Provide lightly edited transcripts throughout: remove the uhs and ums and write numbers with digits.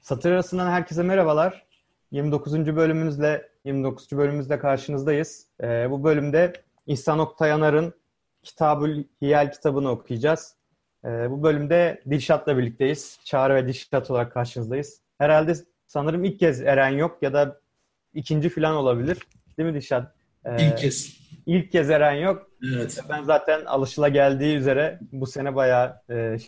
Satır arasından herkese merhabalar. 29. bölümümüzle karşınızdayız. Bu bölümde İhsan Oktayanar'ın Kitabül Hiyal kitabını okuyacağız. Bu bölümde Dilşat'la birlikteyiz. Çağrı ve Dilşat olarak karşınızdayız. Herhalde sanırım ilk kez Eren yok ya da ikinci falan olabilir. Değil mi Dilşat? İlk kez. İlk kez Eren yok. Evet. Ben zaten alışılageldiği üzere bu sene bayağı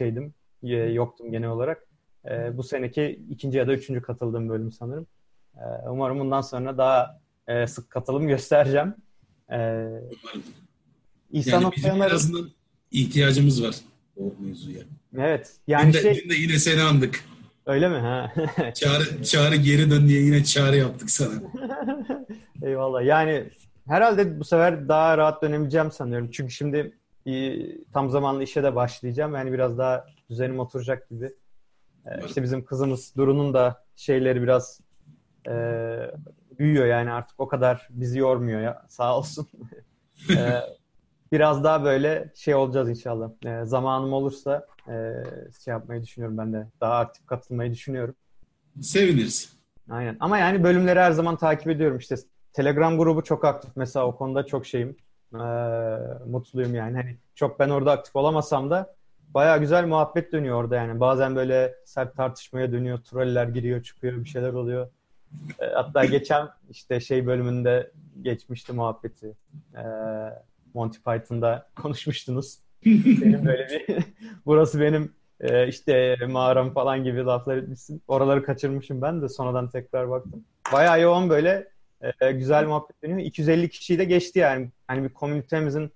yoktum genel olarak. Bu seneki ikinci ya da üçüncü katıldığım bölüm sanırım. Umarım bundan sonra daha sık katılım göstereceğim. E, Umarım. İhsan Yani bizim en Oktayanar'ın, azından ihtiyacımız var o mevzuya. evet Dün yani de, dün de yine seni andık. öyle mi ha? Çağrı geri dön diye yine çağrı yaptık sana. Eyvallah. Yani herhalde bu sefer daha rahat dönebileceğim sanıyorum. Çünkü şimdi tam zamanlı işe de başlayacağım. Yani biraz daha düzenim oturacak gibi. Umarım. İşte bizim kızımız Duru'nun da şeyleri biraz e, büyüyor yani artık o kadar bizi yormuyor ya sağ olsun. E, Biraz daha böyle şey olacağız inşallah. Zamanım olursa şey yapmayı düşünüyorum ben de. Daha aktif katılmayı düşünüyorum. Seviniriz. Aynen. Ama yani bölümleri her zaman takip ediyorum. İşte Telegram grubu çok aktif mesela o konuda çok şeyim. E, Mutluyum yani. Hani çok ben orada aktif olamasam da bayağı güzel muhabbet dönüyor orada yani. Bazen böyle sert tartışmaya dönüyor. Troller giriyor, çıkıyor, bir şeyler oluyor. Hatta geçen işte şey bölümünde geçmişti muhabbeti. E, Monty Python'da konuşmuştunuz. Benim böyle bir burası benim işte mağaram falan gibi laflar etmişsin. Oraları kaçırmışım ben de sonradan tekrar baktım. Bayağı yoğun böyle güzel muhabbet dönüyor. 250 kişiyi de geçti yani. Hani bir komünitemizin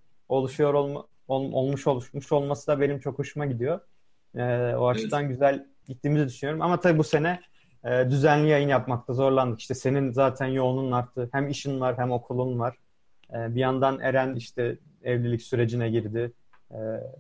oluşmuş olması da benim çok hoşuma gidiyor. O Evet. açıdan güzel gittiğimizi düşünüyorum. Ama tabii bu sene düzenli yayın yapmakta zorlandık. İşte senin zaten yoğunluğun arttı. Hem işin var hem okulun var. Bir yandan Eren işte evlilik sürecine girdi. E,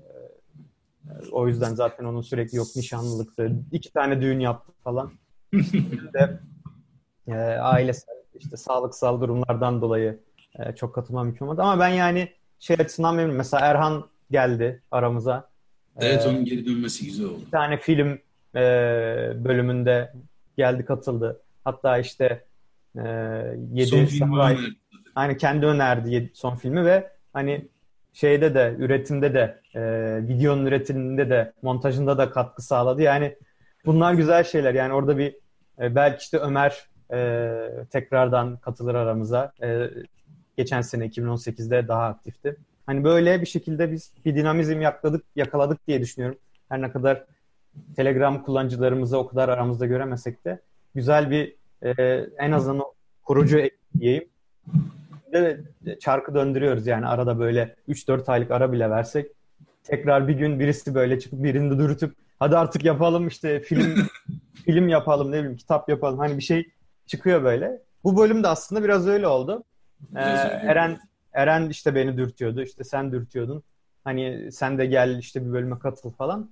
O yüzden zaten onun sürekli yok nişanlılıktı. İki tane düğün yaptı falan. İşte benim de ailesel, işte sağlıksal durumlardan dolayı çok katılmam mümkün olmadı. Ama ben yani şey açısından memnunum. Mesela Erhan geldi aramıza. Evet, E, onun geri dönmesi güzel oldu. Bir tane film bölümünde geldi katıldı. Hatta işte e, Son Yedi filmi Samuray önerdi. aynı kendi önerdi son filmi ve hani şeyde de üretimde de videonun üretiminde de montajında da katkı sağladı. Yani bunlar güzel şeyler. Yani orada bir belki işte Ömer tekrardan katılır aramıza. Geçen sene 2018'de daha aktifti. Hani böyle bir şekilde biz bir dinamizm yakaladık diye düşünüyorum. Her ne kadar Telegram kullanıcılarımızı o kadar aramızda göremesek de güzel bir en azından o kurucu diyeyim. De çarkı döndürüyoruz yani arada böyle 3-4 aylık ara bile versek tekrar bir gün birisi böyle çıkıp birini dürütüp hadi artık yapalım işte film yapalım ne bileyim kitap yapalım hani bir şey çıkıyor böyle. Bu bölüm de aslında biraz öyle oldu. Biraz öyle oldu. Eren işte beni dürtüyordu işte sen dürtüyordun. Hani sen de gel işte bir bölüme katıl falan.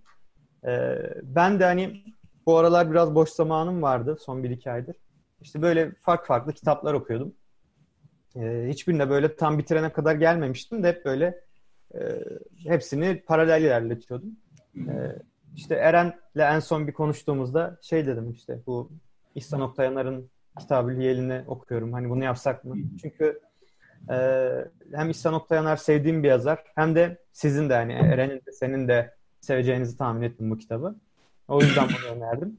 Ben de hani bu aralar biraz boş zamanım vardı son bir iki aydır. İşte böyle farklı farklı kitaplar okuyordum. Hiçbirine böyle tam bitirene kadar gelmemiştim de hep böyle e, hepsini paralel ilerletiyordum. E, işte Eren'le en son bir konuştuğumuzda şey dedim işte bu İhsan Oktayanar'ın Kitab-ı Hiyel'ini okuyorum. Hani bunu yapsak mı? Çünkü e, hem İhsan Oktayanar sevdiğim bir yazar hem de sizin de hani Eren'in de senin de seveceğinizi tahmin ettim bu kitabı. O yüzden bunu önerdim.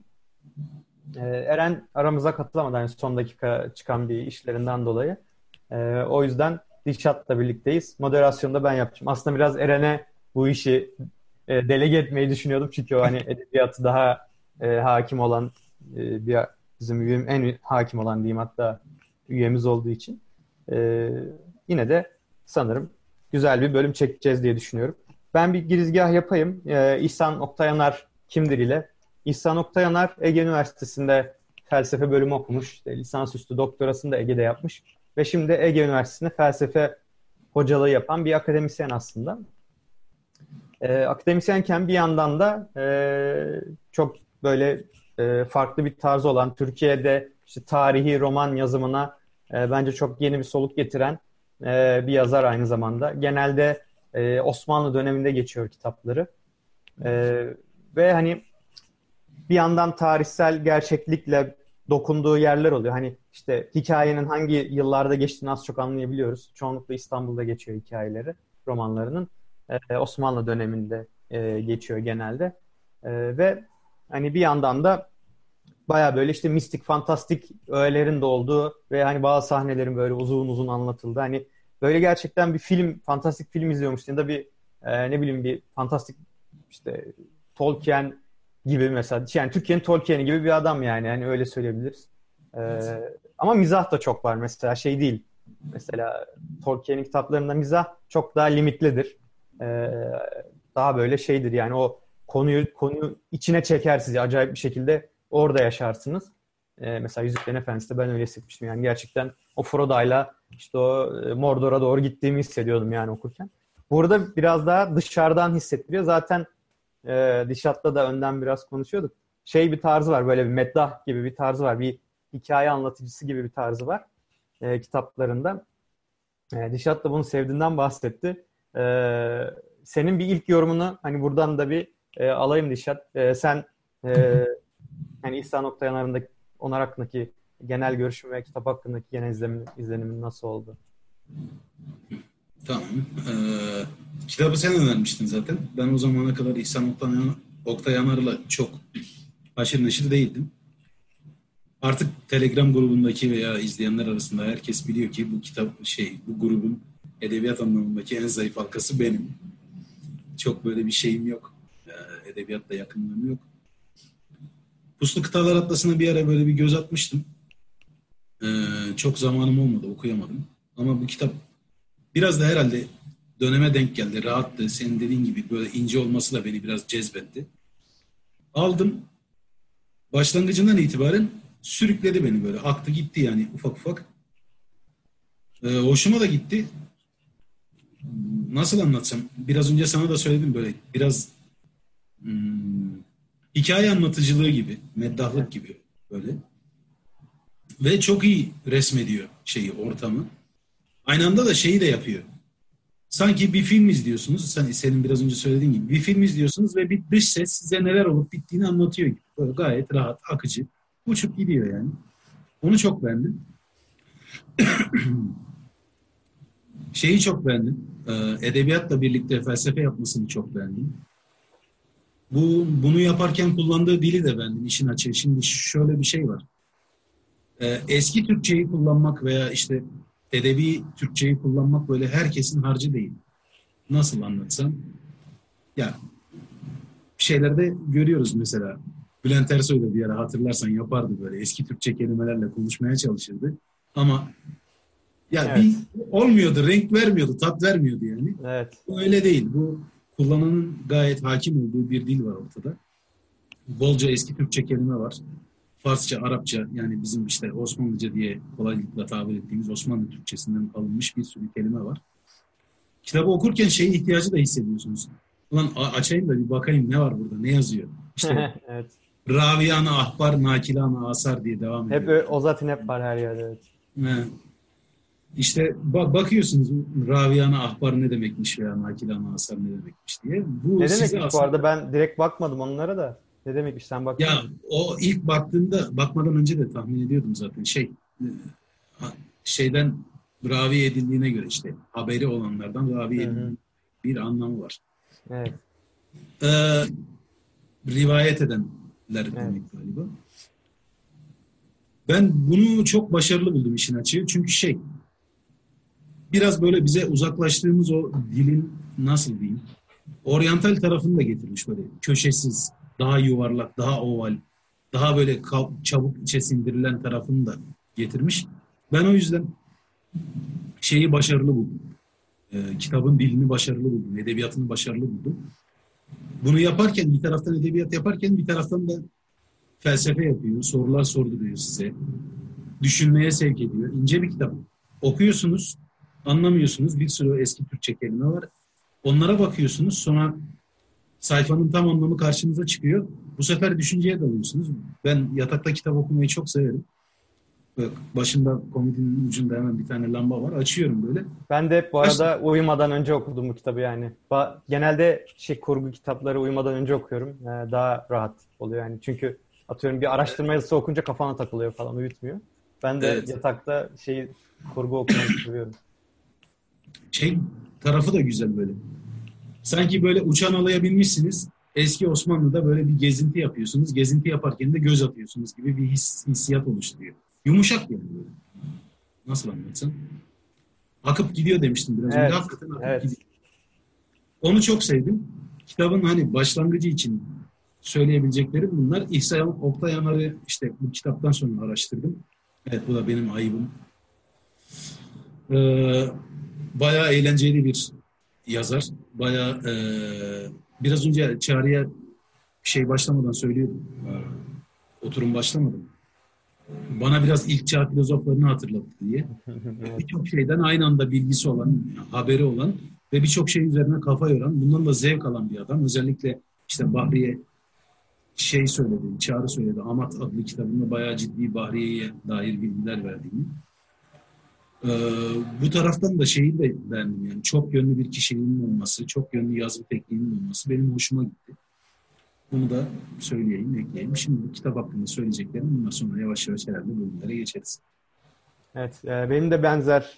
Eren aramıza katılamadı hani son dakika çıkan bir işlerinden dolayı. O yüzden Dilşat'la birlikteyiz. Moderasyonu da ben yapacağım. Aslında biraz Eren'e bu işi delege etmeyi düşünüyordum. Çünkü o hani edebiyatı daha hakim olan bir bizim üyem en hakim olan diyeyim hatta üyemiz olduğu için. E, Yine de sanırım güzel bir bölüm çekeceğiz diye düşünüyorum. Ben bir girizgah yapayım. İhsan Oktayanar kimdir ile. İhsan Oktayanar Ege Üniversitesi'nde felsefe bölümü okumuş. İşte lisansüstü doktorasını da Ege'de yapmış. Ve şimdi Ege Üniversitesi'nde felsefe hocalığı yapan bir akademisyen aslında. Akademisyenken bir yandan da çok böyle farklı bir tarzı olan Türkiye'de işte tarihi roman yazımına bence çok yeni bir soluk getiren bir yazar aynı zamanda. Genelde Osmanlı döneminde geçiyor kitapları. E, Ve hani bir yandan tarihsel gerçeklikle dokunduğu yerler oluyor. Hani işte hikayenin hangi yıllarda geçtiğini az çok anlayabiliyoruz. Çoğunlukla İstanbul'da geçiyor hikayeleri, romanlarının. Osmanlı döneminde geçiyor genelde. Ve hani bir yandan da baya böyle işte mistik, fantastik öğelerin de olduğu ve hani bazı sahnelerin böyle uzun uzun anlatıldığı. Hani böyle gerçekten bir film, fantastik film izliyormuşsun ya da bir ne bileyim bir fantastik işte Tolkien gibi mesela. Yani Türkiye'nin Tolkien'i gibi bir adam yani. Hani öyle söyleyebiliriz. Ama mizah da çok var mesela şey değil. Mesela Tolkien'in kitaplarında mizah çok daha limitlidir. Ee, Daha böyle şeydir yani o konuyu içine çeker sizi acayip bir şekilde orada yaşarsınız. Mesela Yüzüklerin Efendisi'de ben öyle hissetmiştim. Yani gerçekten o Frodo'yla işte o Mordor'a doğru gittiğimi hissediyordum yani okurken. Burada biraz daha dışarıdan hissettiriyor. Zaten Dişat'la da önden biraz konuşuyorduk. Şey bir tarzı var böyle bir meddah gibi bir tarzı var. Bir hikaye anlatıcısı gibi bir tarzı var kitaplarında. Dişat da bunu sevdiğinden bahsetti. Senin bir ilk yorumunu hani buradan da bir alayım Dişat. Sen e, hani İhsan Oktayanar'ın onlar hakkındaki genel görüşün ve kitap hakkındaki genel izlenimin nasıl oldu? Tamam. Kitabı sen önermiştin zaten. Ben o zamana kadar Oktay Yanar'la çok haşır neşir değildim. Artık Telegram grubundaki veya izleyenler arasında herkes biliyor ki bu grubun edebiyat anlamındaki en zayıf halkası benim. Çok böyle bir şeyim yok. Edebiyatla yakınlığım yok. Puslu Kıtalar Atlası'na bir ara böyle bir göz atmıştım. Çok zamanım olmadı, okuyamadım. Ama bu kitap biraz da herhalde döneme denk geldi. Rahattı. Senin dediğin gibi böyle ince olması da beni biraz cezbetti. Aldım. Başlangıcından itibaren sürükledi beni böyle. Aktı gitti yani ufak ufak. Hoşuma da gitti. Nasıl anlatsam? Biraz önce sana da söyledim böyle. Biraz hikaye anlatıcılığı gibi, meddahlık gibi böyle. Ve çok iyi resmediyor ortamı. Aynı anda da şeyi de yapıyor. Sanki bir film izliyorsunuz. Senin biraz önce söylediğin gibi bir film izliyorsunuz ve bir dış ses size neler olup bittiğini anlatıyor gibi. Böyle gayet rahat, akıcı. Uçup gidiyor yani. Onu çok beğendim. Şeyi çok beğendim. Edebiyatla birlikte felsefe yapmasını çok beğendim. Bunu yaparken kullandığı dili de beğendim işin açığı. Şimdi şöyle bir şey var. Eski Türkçeyi kullanmak veya işte edebi Türkçeyi kullanmak böyle herkesin harcı değil. Nasıl anlatsam? Ya şeylerde görüyoruz mesela. Bülent Ersoy da bir ara hatırlarsan yapardı böyle. Eski Türkçe kelimelerle konuşmaya çalışırdı. Ama ya bir Evet. olmuyordu, renk vermiyordu, tat vermiyordu yani. Evet. Bu öyle değil. Bu kullananın gayet hakim olduğu bir dil var ortada. Bolca eski Türkçe kelime var. Farsça, Arapça yani bizim işte Osmanlıca diye kolaylıkla tabir ettiğimiz Osmanlı Türkçesinden alınmış bir sürü kelime var. Kitabı okurken ihtiyacı da hissediyorsunuz. Ulan açayım da bir bakayım ne var burada, ne yazıyor. İşte Evet. Raviyan-ı Ahbar, Nakilan-ı Asar diye devam Hep ediyor. o zaten hep var her yerde evet. İşte bakıyorsunuz Raviyan-ı Ahbar ne demekmiş veya Nakilan-ı Asar ne demekmiş diye. Bu Ne size demekmiş bu arada? aslında Ben direkt bakmadım onlara da. Ne demekmiş sen baktın ya mı? o ilk bakmadan önce de tahmin ediyordum zaten. Şeyden ravi edildiğine göre işte haberi olanlardan ravi Hı hı. edildiği bir anlamı var. Evet. Ee, Rivayet edenler Evet. demek galiba. Ben bunu çok başarılı buldum işin açığı. Çünkü biraz böyle bize uzaklaştığımız o dilin nasıl diyeyim oryantal tarafını da getirmiş böyle köşesiz, daha yuvarlak, daha oval, daha böyle çabuk içe sindirilen tarafını da getirmiş. Ben o yüzden başarılı buldum. Kitabın dilini başarılı buldum, edebiyatını başarılı buldum. Bunu yaparken bir taraftan edebiyat yaparken bir taraftan da felsefe yapıyor, sorular sorduruyor size. Düşünmeye sevk ediyor. İnce bir kitap. Okuyorsunuz, anlamıyorsunuz. Bir sürü eski Türkçe kelime var. Onlara bakıyorsunuz. Sonra sayfanın tam anlamı karşınıza çıkıyor. Bu sefer düşünceye dalıyorsunuz. Ben yatakta kitap okumayı çok severim. Böyle başında komodinin ucunda hemen bir tane lamba var. Açıyorum böyle. Ben de hep bu Kaç, arada uyumadan önce okudum bu kitabı yani. Genelde kurgu kitapları uyumadan önce okuyorum. Daha rahat oluyor yani. Çünkü atıyorum bir araştırma yazısı okunca kafana takılıyor falan, uyutmuyor. Ben de Evet. yatakta kurgu okumayı seviyorum. Şey tarafı da güzel böyle. Sanki böyle uçan alaya binmişsiniz. Eski Osmanlı'da böyle bir gezinti yapıyorsunuz. Gezinti yaparken de göz atıyorsunuz gibi bir hissiyat oluşturuyor. Yumuşak yani böyle. Nasıl anlatsam? Akıp gidiyor demiştim biraz önce. Evet, Hakikaten akıp gidiyor. evet. Onu çok sevdim. Kitabın hani başlangıcı için söyleyebileceklerim bunlar. İhsan Oktay Yanar'ı işte bu kitaptan sonra araştırdım. Evet, bu da benim ayıbım. Ee, Bayağı eğlenceli bir yazar. Bayağı biraz önce Çağrı'ya şey başlamadan söylüyordum. Oturum başlamadım. Bana biraz ilk çağ filozoflarını hatırlattı diye. Evet. Birçok şeyden aynı anda bilgisi olan, haberi olan ve birçok şey üzerine kafa yoran, bundan da zevk alan bir adam. Özellikle işte Bahriye şey söyledi, Çağrı söyledi. Amat adlı kitabında bayağı ciddi Bahriye'ye dair bilgiler verdiğini. Ee, Bu taraftan da şeyi de beğendim yani. Çok yönlü bir kişiliğinin olması, çok yönlü yazım tekniğinin olması benim hoşuma gitti. Bunu da söyleyeyim, ekleyeyim. Şimdi bu kitap hakkında söyleyeceklerim. Bundan sonra yavaş yavaş herhalde bölümlere geçeriz. Evet, benim de benzer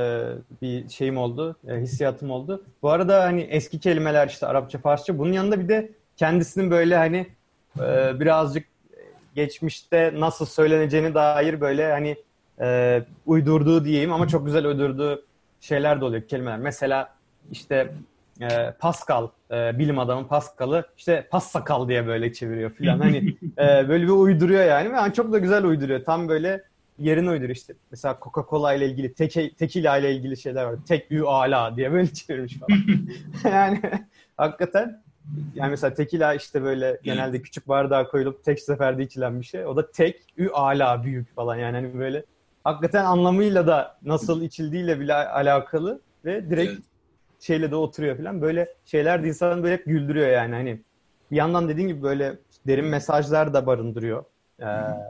bir şeyim oldu, hissiyatım oldu. Bu arada hani eski kelimeler işte Arapça, Farsça, bunun yanında bir de kendisinin böyle hani birazcık geçmişte nasıl söyleneceğine dair böyle hani uydurduğu diyeyim ama çok güzel uydurduğu şeyler de oluyor, kelimeler. Mesela işte Pascal, bilim adamı Pascal'ı işte Passakal diye böyle çeviriyor filan. Hani böyle bir uyduruyor yani ve hani çok da güzel uyduruyor. Tam böyle yerine uyduruyor işte. Mesela Coca-Cola ile ilgili, tekila ile ilgili şeyler var. Tek ü ala diye böyle çevirmiş falan. Yani hakikaten yani mesela tekila işte böyle Evet, genelde küçük bardağa koyulup tek seferde içilen bir şey. O da tek ü ala, büyük falan yani hani böyle hakikaten anlamıyla da nasıl içildiğiyle bile alakalı ve direkt evet. şeyle de oturuyor falan. Böyle şeyler de insanı böyle hep güldürüyor yani hani. Bir yandan dediğin gibi böyle derin mesajlar da barındırıyor. Ee,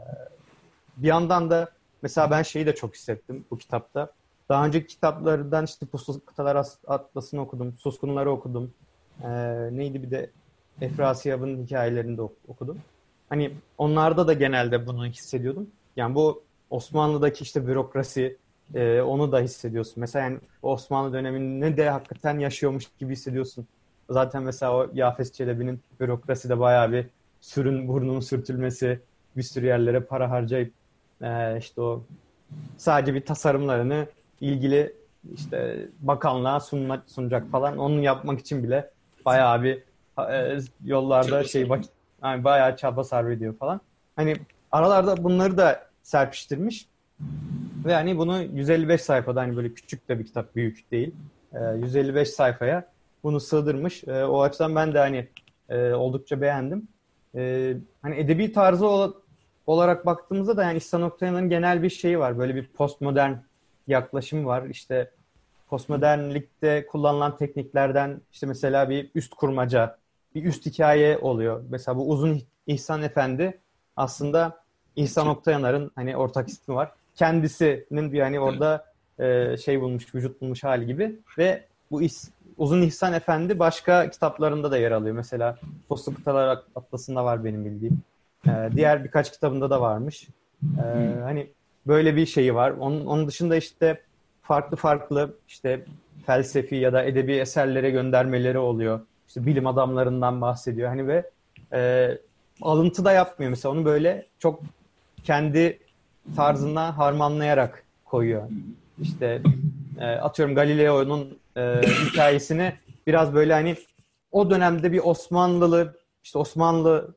Bir yandan da mesela ben şeyi de çok hissettim bu kitapta. Daha önceki kitaplardan işte Puslu Kıtalar Atlas'ını okudum. Suskunları okudum. Neydi bir de Efrasiyab'ın hikayelerini de okudum. Hani onlarda da genelde bunu hissediyordum. Yani bu Osmanlı'daki işte bürokrasi, onu da hissediyorsun. Mesela yani Osmanlı dönemini de hakikaten yaşıyormuş gibi hissediyorsun. Zaten mesela o Yafes Çelebi'nin bürokrasi de bayağı bir sürün burnunun sürtülmesi, bir sürü yerlere para harcayıp işte o sadece bir tasarımlarını ilgili işte bakanlığa sunacak falan. Onu yapmak için bile bayağı bir yollarda Çaba sarf ediyor. yani bayağı çaba sarf ediyor falan. Hani aralarda bunları da serpiştirmiş ve hani bunu 155 sayfada, hani böyle küçük de bir kitap, büyük değil. 155 sayfaya bunu sığdırmış. O açıdan ben de hani oldukça beğendim. Hani edebi tarzı olarak baktığımızda da yani İhsan Oktayan'ın genel bir şeyi var. Böyle bir postmodern yaklaşım var. İşte postmodernlikte kullanılan tekniklerden işte mesela bir üst kurmaca, bir üst hikaye oluyor. Mesela bu Uzun İhsan Efendi aslında İhsan Oktayanar'ın hani ortak ismi var. Kendisinin bir hani Evet. orada şey bulmuş, vücut bulmuş hali gibi ve bu Uzun İhsan Efendi başka kitaplarında da yer alıyor. Mesela Tostlu Kıtalar Atlası'nda var benim bildiğim. Diğer birkaç kitabında da varmış. Hani böyle bir şeyi var. Onun dışında işte farklı farklı işte felsefi ya da edebi eserlere göndermeleri oluyor. İşte bilim adamlarından bahsediyor. Hani ve e, alıntı da yapmıyor. Mesela onu böyle çok kendi tarzına harmanlayarak koyuyor. İşte atıyorum Galileo'nun hikayesini biraz böyle hani o dönemde bir Osmanlılı işte Osmanlı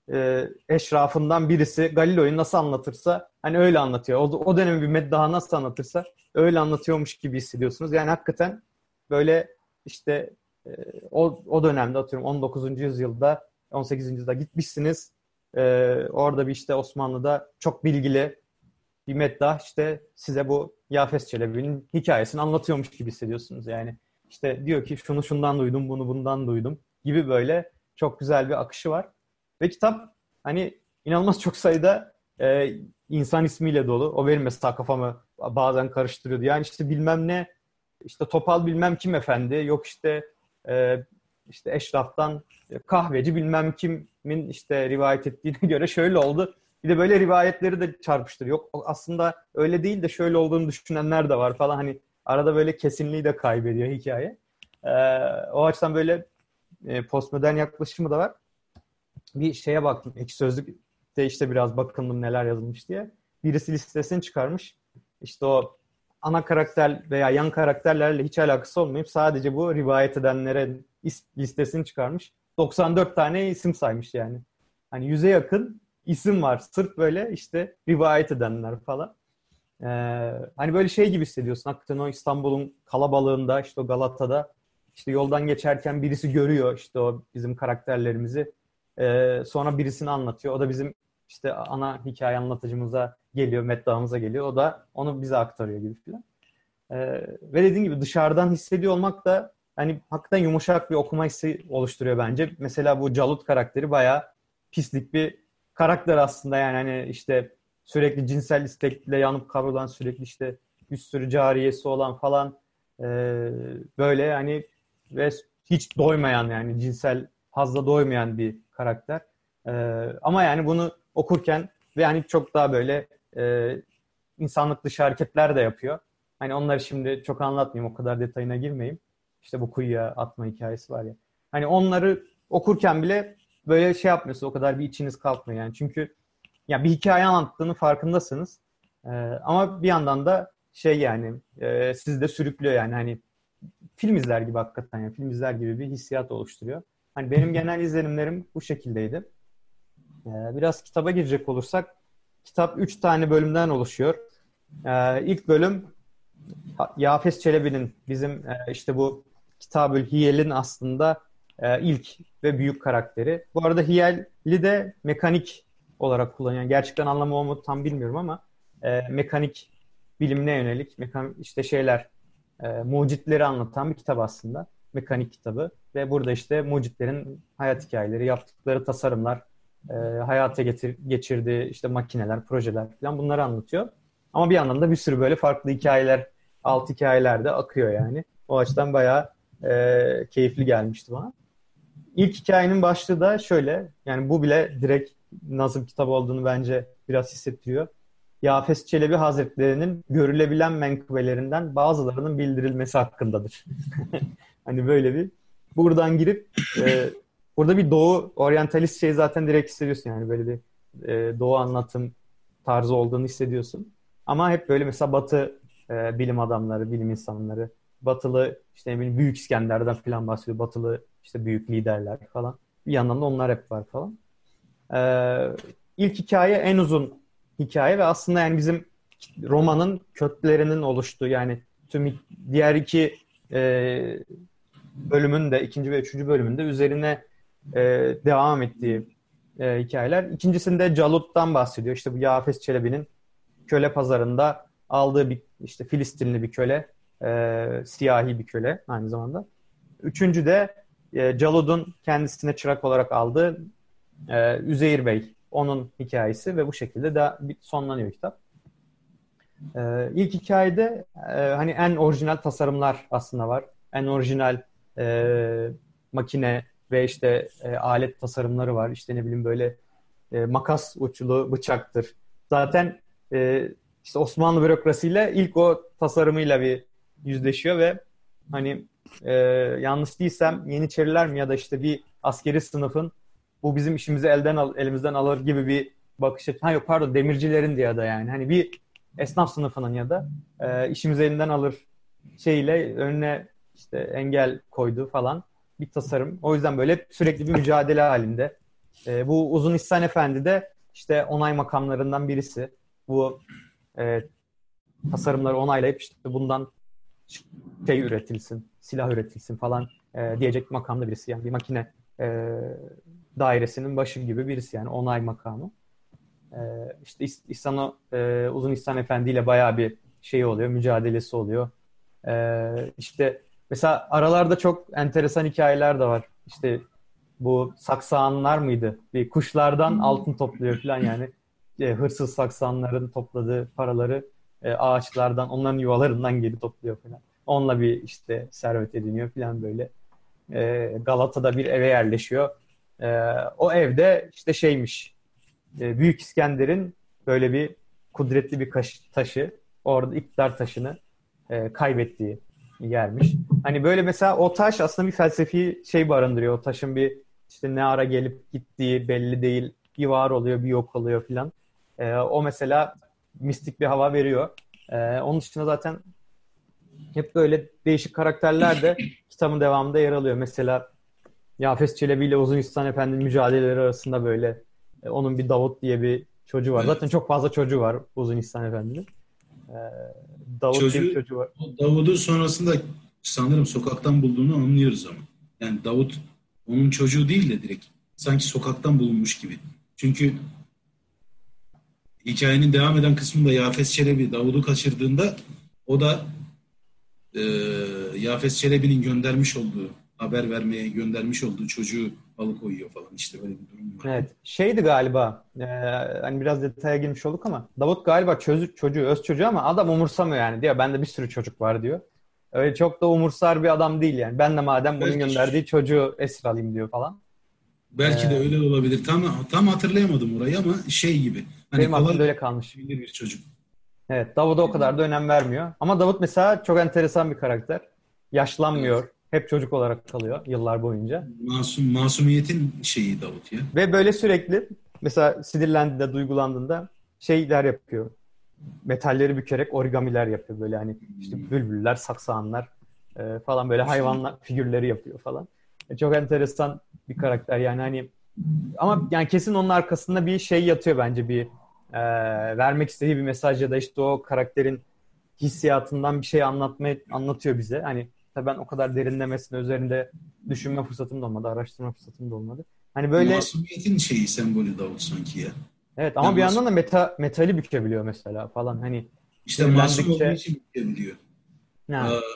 eşrafından birisi Galileo'yu nasıl anlatırsa hani öyle anlatıyor. O dönemi bir meddaha nasıl anlatırsa öyle anlatıyormuş gibi hissediyorsunuz. Yani hakikaten böyle işte e, o dönemde atıyorum 19. yüzyılda 18. yüzyılda gitmişsiniz. Orada bir işte Osmanlı'da çok bilgili bir meddah işte size bu Yafes Çelebi'nin hikayesini anlatıyormuş gibi hissediyorsunuz. Yani işte diyor ki şunu şundan duydum, bunu bundan duydum gibi böyle çok güzel bir akışı var. Ve kitap hani inanılmaz çok sayıda insan ismiyle dolu. O benim mesela kafamı bazen karıştırıyordu. Yani işte bilmem ne, işte Topal bilmem kim efendi, yok işte e, işte eşraftan kahveci bilmem kimin işte rivayet ettiğine göre şöyle oldu. Bir de böyle rivayetleri de çarpıştır. Yok aslında öyle değil de şöyle olduğunu düşünenler de var falan. Hani arada böyle kesinliği de kaybediyor hikaye. O açıdan böyle postmodern yaklaşımı da var. Bir şeye baktım. Ekşi Sözlük'te işte biraz bakındım neler yazılmış diye. Birisi listesini çıkarmış. İşte o ana karakter veya yan karakterlerle hiç alakası olmayıp sadece bu rivayet edenlere listesini çıkarmış. 94 tane isim saymış yani. Hani 100'e yakın isim var. Sırf böyle işte rivayet edenler falan. Hani böyle şey gibi hissediyorsun. Hakikaten o İstanbul'un kalabalığında işte o Galata'da işte yoldan geçerken birisi görüyor işte o bizim karakterlerimizi. Sonra birisini anlatıyor. O da bizim işte ana hikaye anlatıcımıza geliyor, meddahımıza geliyor. O da onu bize aktarıyor gibi filan. Ve dediğim gibi dışarıdan hissediyor olmak da hani hakikaten yumuşak bir okuma hissi oluşturuyor bence. Mesela bu Calut karakteri bayağı pislik bir karakter aslında yani hani işte sürekli cinsel istekle yanıp kavrulan sürekli işte bir sürü cariyesi olan falan böyle hani ve hiç doymayan yani cinsel hazla doymayan bir karakter. Ama yani bunu okurken ve yani çok daha böyle insanlık dışı hareketler de yapıyor. Hani onları şimdi çok anlatmayayım, o kadar detayına girmeyeyim. İşte bu kuyuya atma hikayesi var ya. Hani onları okurken bile böyle şey yapmıyorsunuz, o kadar bir içiniz kalkmıyor yani. Çünkü ya bir hikaye anlattığının farkındasınız. Ama bir yandan da şey yani sizi de sürüklüyor yani hani film izler gibi hakikaten yani film izler gibi bir hissiyat oluşturuyor. Hani benim genel izlenimlerim bu şekildeydi. Biraz kitaba girecek olursak kitap 3 tane bölümden oluşuyor. İlk bölüm Yafes Çelebi'nin bizim işte bu Kitab-ül Hiyel'in aslında ilk ve büyük karakteri. Bu arada Hiyel'i de mekanik olarak kullanıyor. Yani gerçekten anlamı o mu tam bilmiyorum ama mekanik bilimine yönelik işte şeyler mucitleri anlatan bir kitap aslında. Mekanik kitabı ve burada işte mucitlerin hayat hikayeleri, yaptıkları tasarımlar, hayata geçirdiği işte makineler, projeler falan bunları anlatıyor. Ama bir yandan da bir sürü böyle farklı hikayeler, alt hikayeler de akıyor yani. O açıdan bayağı keyifli gelmişti bana. İlk hikayenin başlığı da şöyle, yani bu bile direkt nasıl bir kitap olduğunu bence biraz hissettiriyor. Yafes Çelebi Hazretleri'nin görülebilen menkıbelerinden bazılarının bildirilmesi hakkındadır. Hani böyle bir buradan girip burada bir doğu oryantalist şey zaten direkt hissediyorsun yani böyle bir doğu anlatım tarzı olduğunu hissediyorsun. Ama hep böyle mesela Batı bilim adamları, bilim insanları, Batılı işte ne bileyim Büyük İskender'den falan bahsediyor. Batılı işte büyük liderler falan. Bir yandan da onlar hep var falan. İlk hikaye en uzun hikaye ve aslında yani bizim romanın köklerinin oluştuğu yani tüm diğer iki bölümün de ikinci ve üçüncü bölümünde üzerine devam ettiği hikayeler. İkincisinde Calut'tan bahsediyor. İşte bu Yafes Çelebi'nin köle pazarında aldığı bir işte Filistinli bir köle, siyahi bir köle aynı zamanda. Üçüncü de Calud'un kendisine çırak olarak aldığı Üzeyir Bey. Onun hikayesi ve bu şekilde de sonlanıyor kitap. İlk hikayede hani en orijinal tasarımlar aslında var. En orijinal makine ve işte alet tasarımları var. İşte ne bileyim böyle makas uçlu bıçaktır. Zaten işte Osmanlı bürokrasiyle ilk o tasarımıyla bir yüzleşiyor ve hani yanlış değilsem Yeniçeriler mi ya da işte bir askeri sınıfın bu bizim işimizi elimizden alır gibi bir bakış açısı. Ha yok pardon demircilerin diye da yani. Hani bir esnaf sınıfının ya da işimizi elinden alır şeyle önüne işte engel koyduğu falan bir tasarım. O yüzden böyle sürekli bir mücadele halinde. Bu Uzun İhsan Efendi de işte onay makamlarından birisi. Bu e, tasarımları onaylayıp işte bundan şey üretilsin, silah üretilsin falan diyecek makamda birisi. Yani bir makine dairesinin başı gibi birisi yani onay makamı. İşte Uzun İhsan Efendi ile bayağı bir şey oluyor, mücadelesi oluyor. İşte mesela aralarda çok enteresan hikayeler de var. İşte bu Saksanlar mıydı? Bir kuşlardan altın topluyor falan yani. Hırsız Saksanların topladığı paraları ağaçlardan, onların yuvalarından geri topluyor falan. Onunla bir işte servet ediniyor falan böyle. Galata'da bir eve yerleşiyor. O evde işte şeymiş, Büyük İskender'in böyle bir kudretli bir taşı, orada iktidar taşını kaybettiği yermiş. Hani böyle mesela o taş aslında bir felsefi şey barındırıyor. O taşın bir işte ne ara gelip gittiği belli değil. Bir var oluyor, bir yok oluyor filan. O mesela mistik bir hava veriyor. Onun dışında zaten hep böyle değişik karakterler de kitabın devamında yer alıyor. Mesela Yafes Çelebi ile Uzun İhsan Efendi'nin mücadeleleri arasında böyle onun bir Davut diye bir çocuğu var. Zaten Evet. çok fazla çocuğu var Uzun İhsan Efendi'nin. E, Davut diye bir Çocuğu çocuğu var. Davud'u sonrasında sanırım sokaktan bulduğunu anlıyoruz ama. Yani Davut onun çocuğu değil de direkt sanki sokaktan bulunmuş gibi. Çünkü hikayenin devam eden kısmında Yafes Çelebi Davud'u kaçırdığında o da e, Yafes Çelebi'nin göndermiş olduğu haber vermeye göndermiş olduğu çocuğu alıkoyuyor falan. İşte böyle bir durum var. Evet. Şeydi galiba hani biraz detaya girmiş olduk ama Davut galiba çocuğu, öz çocuğu ama adam umursamıyor yani diyor. Bende bir sürü çocuk var diyor. Öyle çok da umursar bir adam değil yani. Ben de madem bunun Belki gönderdiği çocuğu esir alayım diyor falan. E, belki de öyle olabilir. Tam hatırlayamadım orayı ama şey gibi. Hani Benim kolay aklımda öyle kalmış. bilir bir çocuk. Evet, Davut'a o kadar da önem vermiyor. Ama Davut mesela çok enteresan bir karakter. Evet. Yaşlanmıyor. Hep çocuk olarak kalıyor yıllar boyunca. Masumiyetin şeyi Davut ya. Ve böyle sürekli mesela sinirlendiğinde, duygulandığında şeyler yapıyor. Metalleri bükerek origamiler yapıyor. Böyle hani işte bülbüller, saksanlar falan böyle hayvanlar figürleri yapıyor falan. Çok enteresan bir karakter yani hani ama yani kesin onun arkasında bir şey yatıyor bence bir vermek istediği bir mesaj ya da işte o karakterin hissiyatından bir şey anlatıyor bize. Hani tabii ben o kadar derinlemesine üzerinde düşünme fırsatım da olmadı, araştırma fırsatım da olmadı. Hani böyle Masumiyetin şeyi sembolü Davut sanki ya. evet Ya ama bir yandan da metali bükebiliyor mesela falan. Hani işte masum olduğu sinirlendikçe için biliyor. Ee, ha,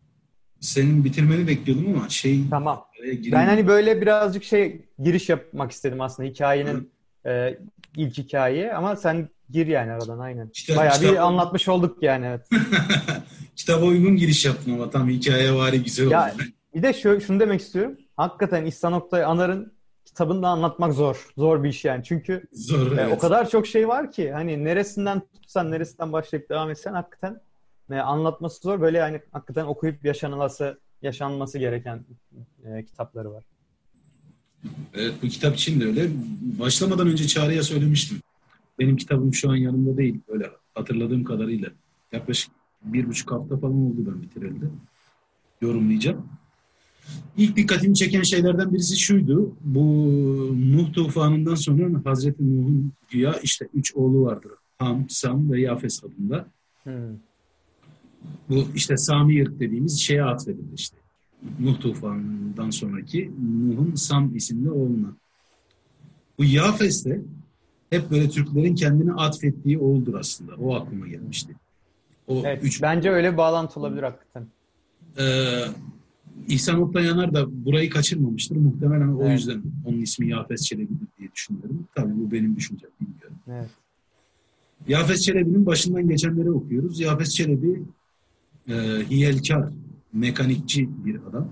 senin bitirmeni bekliyordum ama tamam. araya Ben gireyim hani dedim. böyle birazcık giriş yapmak istedim aslında Hı? hikayenin e, ilk hikaye ama sen gir yani aradan aynen. İşte Bayağı bir kitaba uygun, anlatmış olduk yani evet. kitaba uygun giriş yaptın ama tam hikayevari güzel oldu. Ya bir de şunu demek istiyorum. Hakikaten İhsan Oktay Anar'ın kitabını da anlatmak zor. Zor bir iş yani. Çünkü Zor o evet. kadar çok şey var ki hani neresinden tutsan, neresinden başlayıp devam etsen hakikaten anlatması zor. Böyle yani hakikaten okuyup yaşanması gereken kitapları var. Evet bu kitap için de öyle. Başlamadan önce Çağrı'ya söylemiştim. Benim kitabım şu an yanımda değil. Öyle hatırladığım kadarıyla. Yaklaşık 1,5 hafta falan oldu ben bitireli. Yorumlayacağım. İlk dikkatimi çeken şeylerden birisi şuydu. Bu Nuh tufanından sonra Hazreti Nuh'un güya işte 3 oğlu vardır. Ham, Sam ve Yafes adında. Hmm. Bu işte Sami ırk dediğimiz şeye atfedildi işte. Nuh tufanından sonraki Nuh'un Sam isimli oğluna. Bu Yafes de hep böyle Türklerin kendini atfettiği oğuldur aslında. O aklıma gelmişti. O Evet, üç bence öyle bir bağlantı olabilir hakikaten. Ee, İhsan Oktayanar da burayı kaçırmamıştır. Muhtemelen o Evet, yüzden onun ismi Yafes Çelebi'dir diye düşünüyorum. Tabii bu benim düşüncem, bilmiyorum. evet. Yafes Çelebi'nin başından geçenleri okuyoruz. Yafes Çelebi e, hiyelkar, mekanikçi bir adam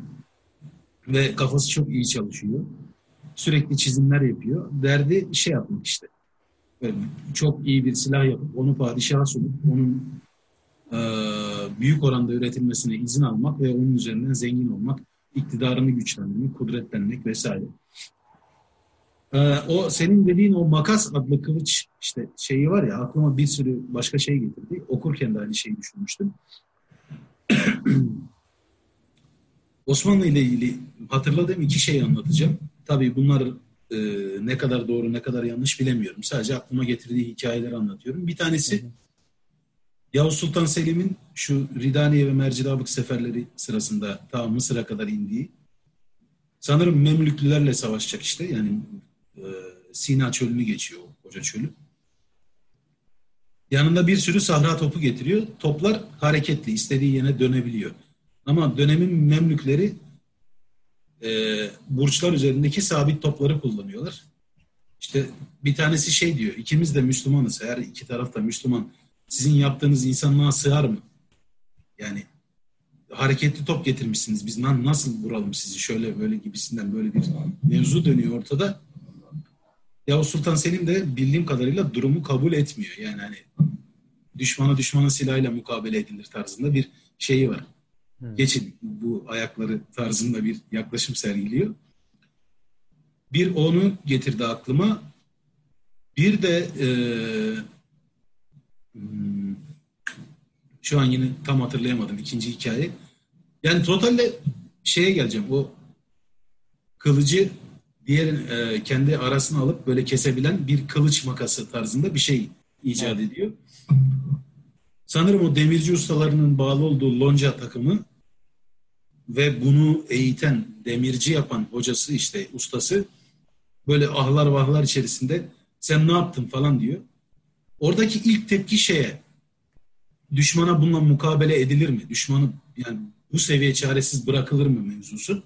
ve kafası çok iyi çalışıyor. Sürekli çizimler yapıyor. Derdi şey yapmak işte. Böyle çok iyi bir silah yapıp onu padişaha sunup onun e, büyük oranda üretilmesine izin almak ve onun üzerinden zengin olmak, iktidarını güçlendirmek, kudretlenmek vesaire. O senin dediğin o makas adlı kılıç işte şeyi var ya aklıma bir sürü başka şey getirdi. Okurken de aynı şeyi düşünmüştüm. Osmanlı ile ilgili hatırladığım 2 şey anlatacağım. Tabii bunlar e, ne kadar doğru ne kadar yanlış bilemiyorum. Sadece aklıma getirdiği hikayeleri anlatıyorum. Bir Hı tanesi hı. Yavuz Sultan Selim'in şu Ridaniye ve Mercidabık seferleri sırasında ta Mısır'a kadar indiği. Sanırım Memlüklülerle savaşacak işte. Yani e, Sina çölünü geçiyor, koca çölü. Yanında bir sürü sahra topu getiriyor. Toplar hareketli, istediği yere dönebiliyor. Ama dönemin Memlükleri burçlar üzerindeki sabit topları kullanıyorlar. İşte bir tanesi şey diyor, ikimiz de Müslümanız, her iki taraf da Müslüman. Sizin yaptığınız insanlığa sığar mı? Yani hareketli top getirmişsiniz. Biz nasıl vuralım sizi şöyle böyle gibisinden böyle bir mevzu dönüyor ortada. Yavuz Sultan Selim de bildiğim kadarıyla durumu kabul etmiyor. Yani hani düşmanın silahıyla mukabele edilir tarzında bir şeyi var. Geçin bu ayakları tarzında bir yaklaşım sergiliyor. Bir onu getirdi aklıma. Bir de şu an yine tam hatırlayamadım ikinci hikaye. Yani totalde şeye geleceğim. O kılıcı diğer kendi arasına alıp böyle kesebilen bir kılıç makası tarzında bir şey icat ediyor. Sanırım o demirci ustalarının bağlı olduğu lonca takımı ve bunu eğiten, demirci yapan hocası işte ustası böyle ahlar vahlar içerisinde sen ne yaptın falan diyor. Oradaki ilk tepki düşmana bununla mukabele edilir mi? Düşmanı yani bu seviye çaresiz bırakılır mı mevzusu?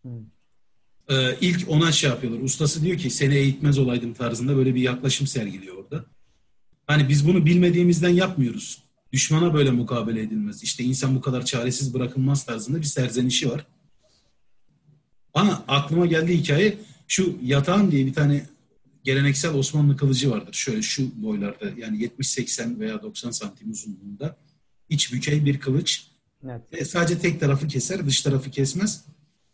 İlk ona yapıyorlar. Ustası diyor ki seni eğitmez olaydım tarzında böyle bir yaklaşım sergiliyor orada. Hani biz bunu bilmediğimizden yapmıyoruz. Düşmana böyle mukabele edilmez. İşte insan bu kadar çaresiz bırakılmaz tarzında bir serzenişi var. Bana aklıma geldiği hikaye şu yatağın diye bir tane geleneksel Osmanlı kılıcı vardır. Şöyle şu boylarda yani 70-80 veya 90 santim uzunluğunda iç bükey bir kılıç. Evet. Sadece tek tarafı keser, dış tarafı kesmez.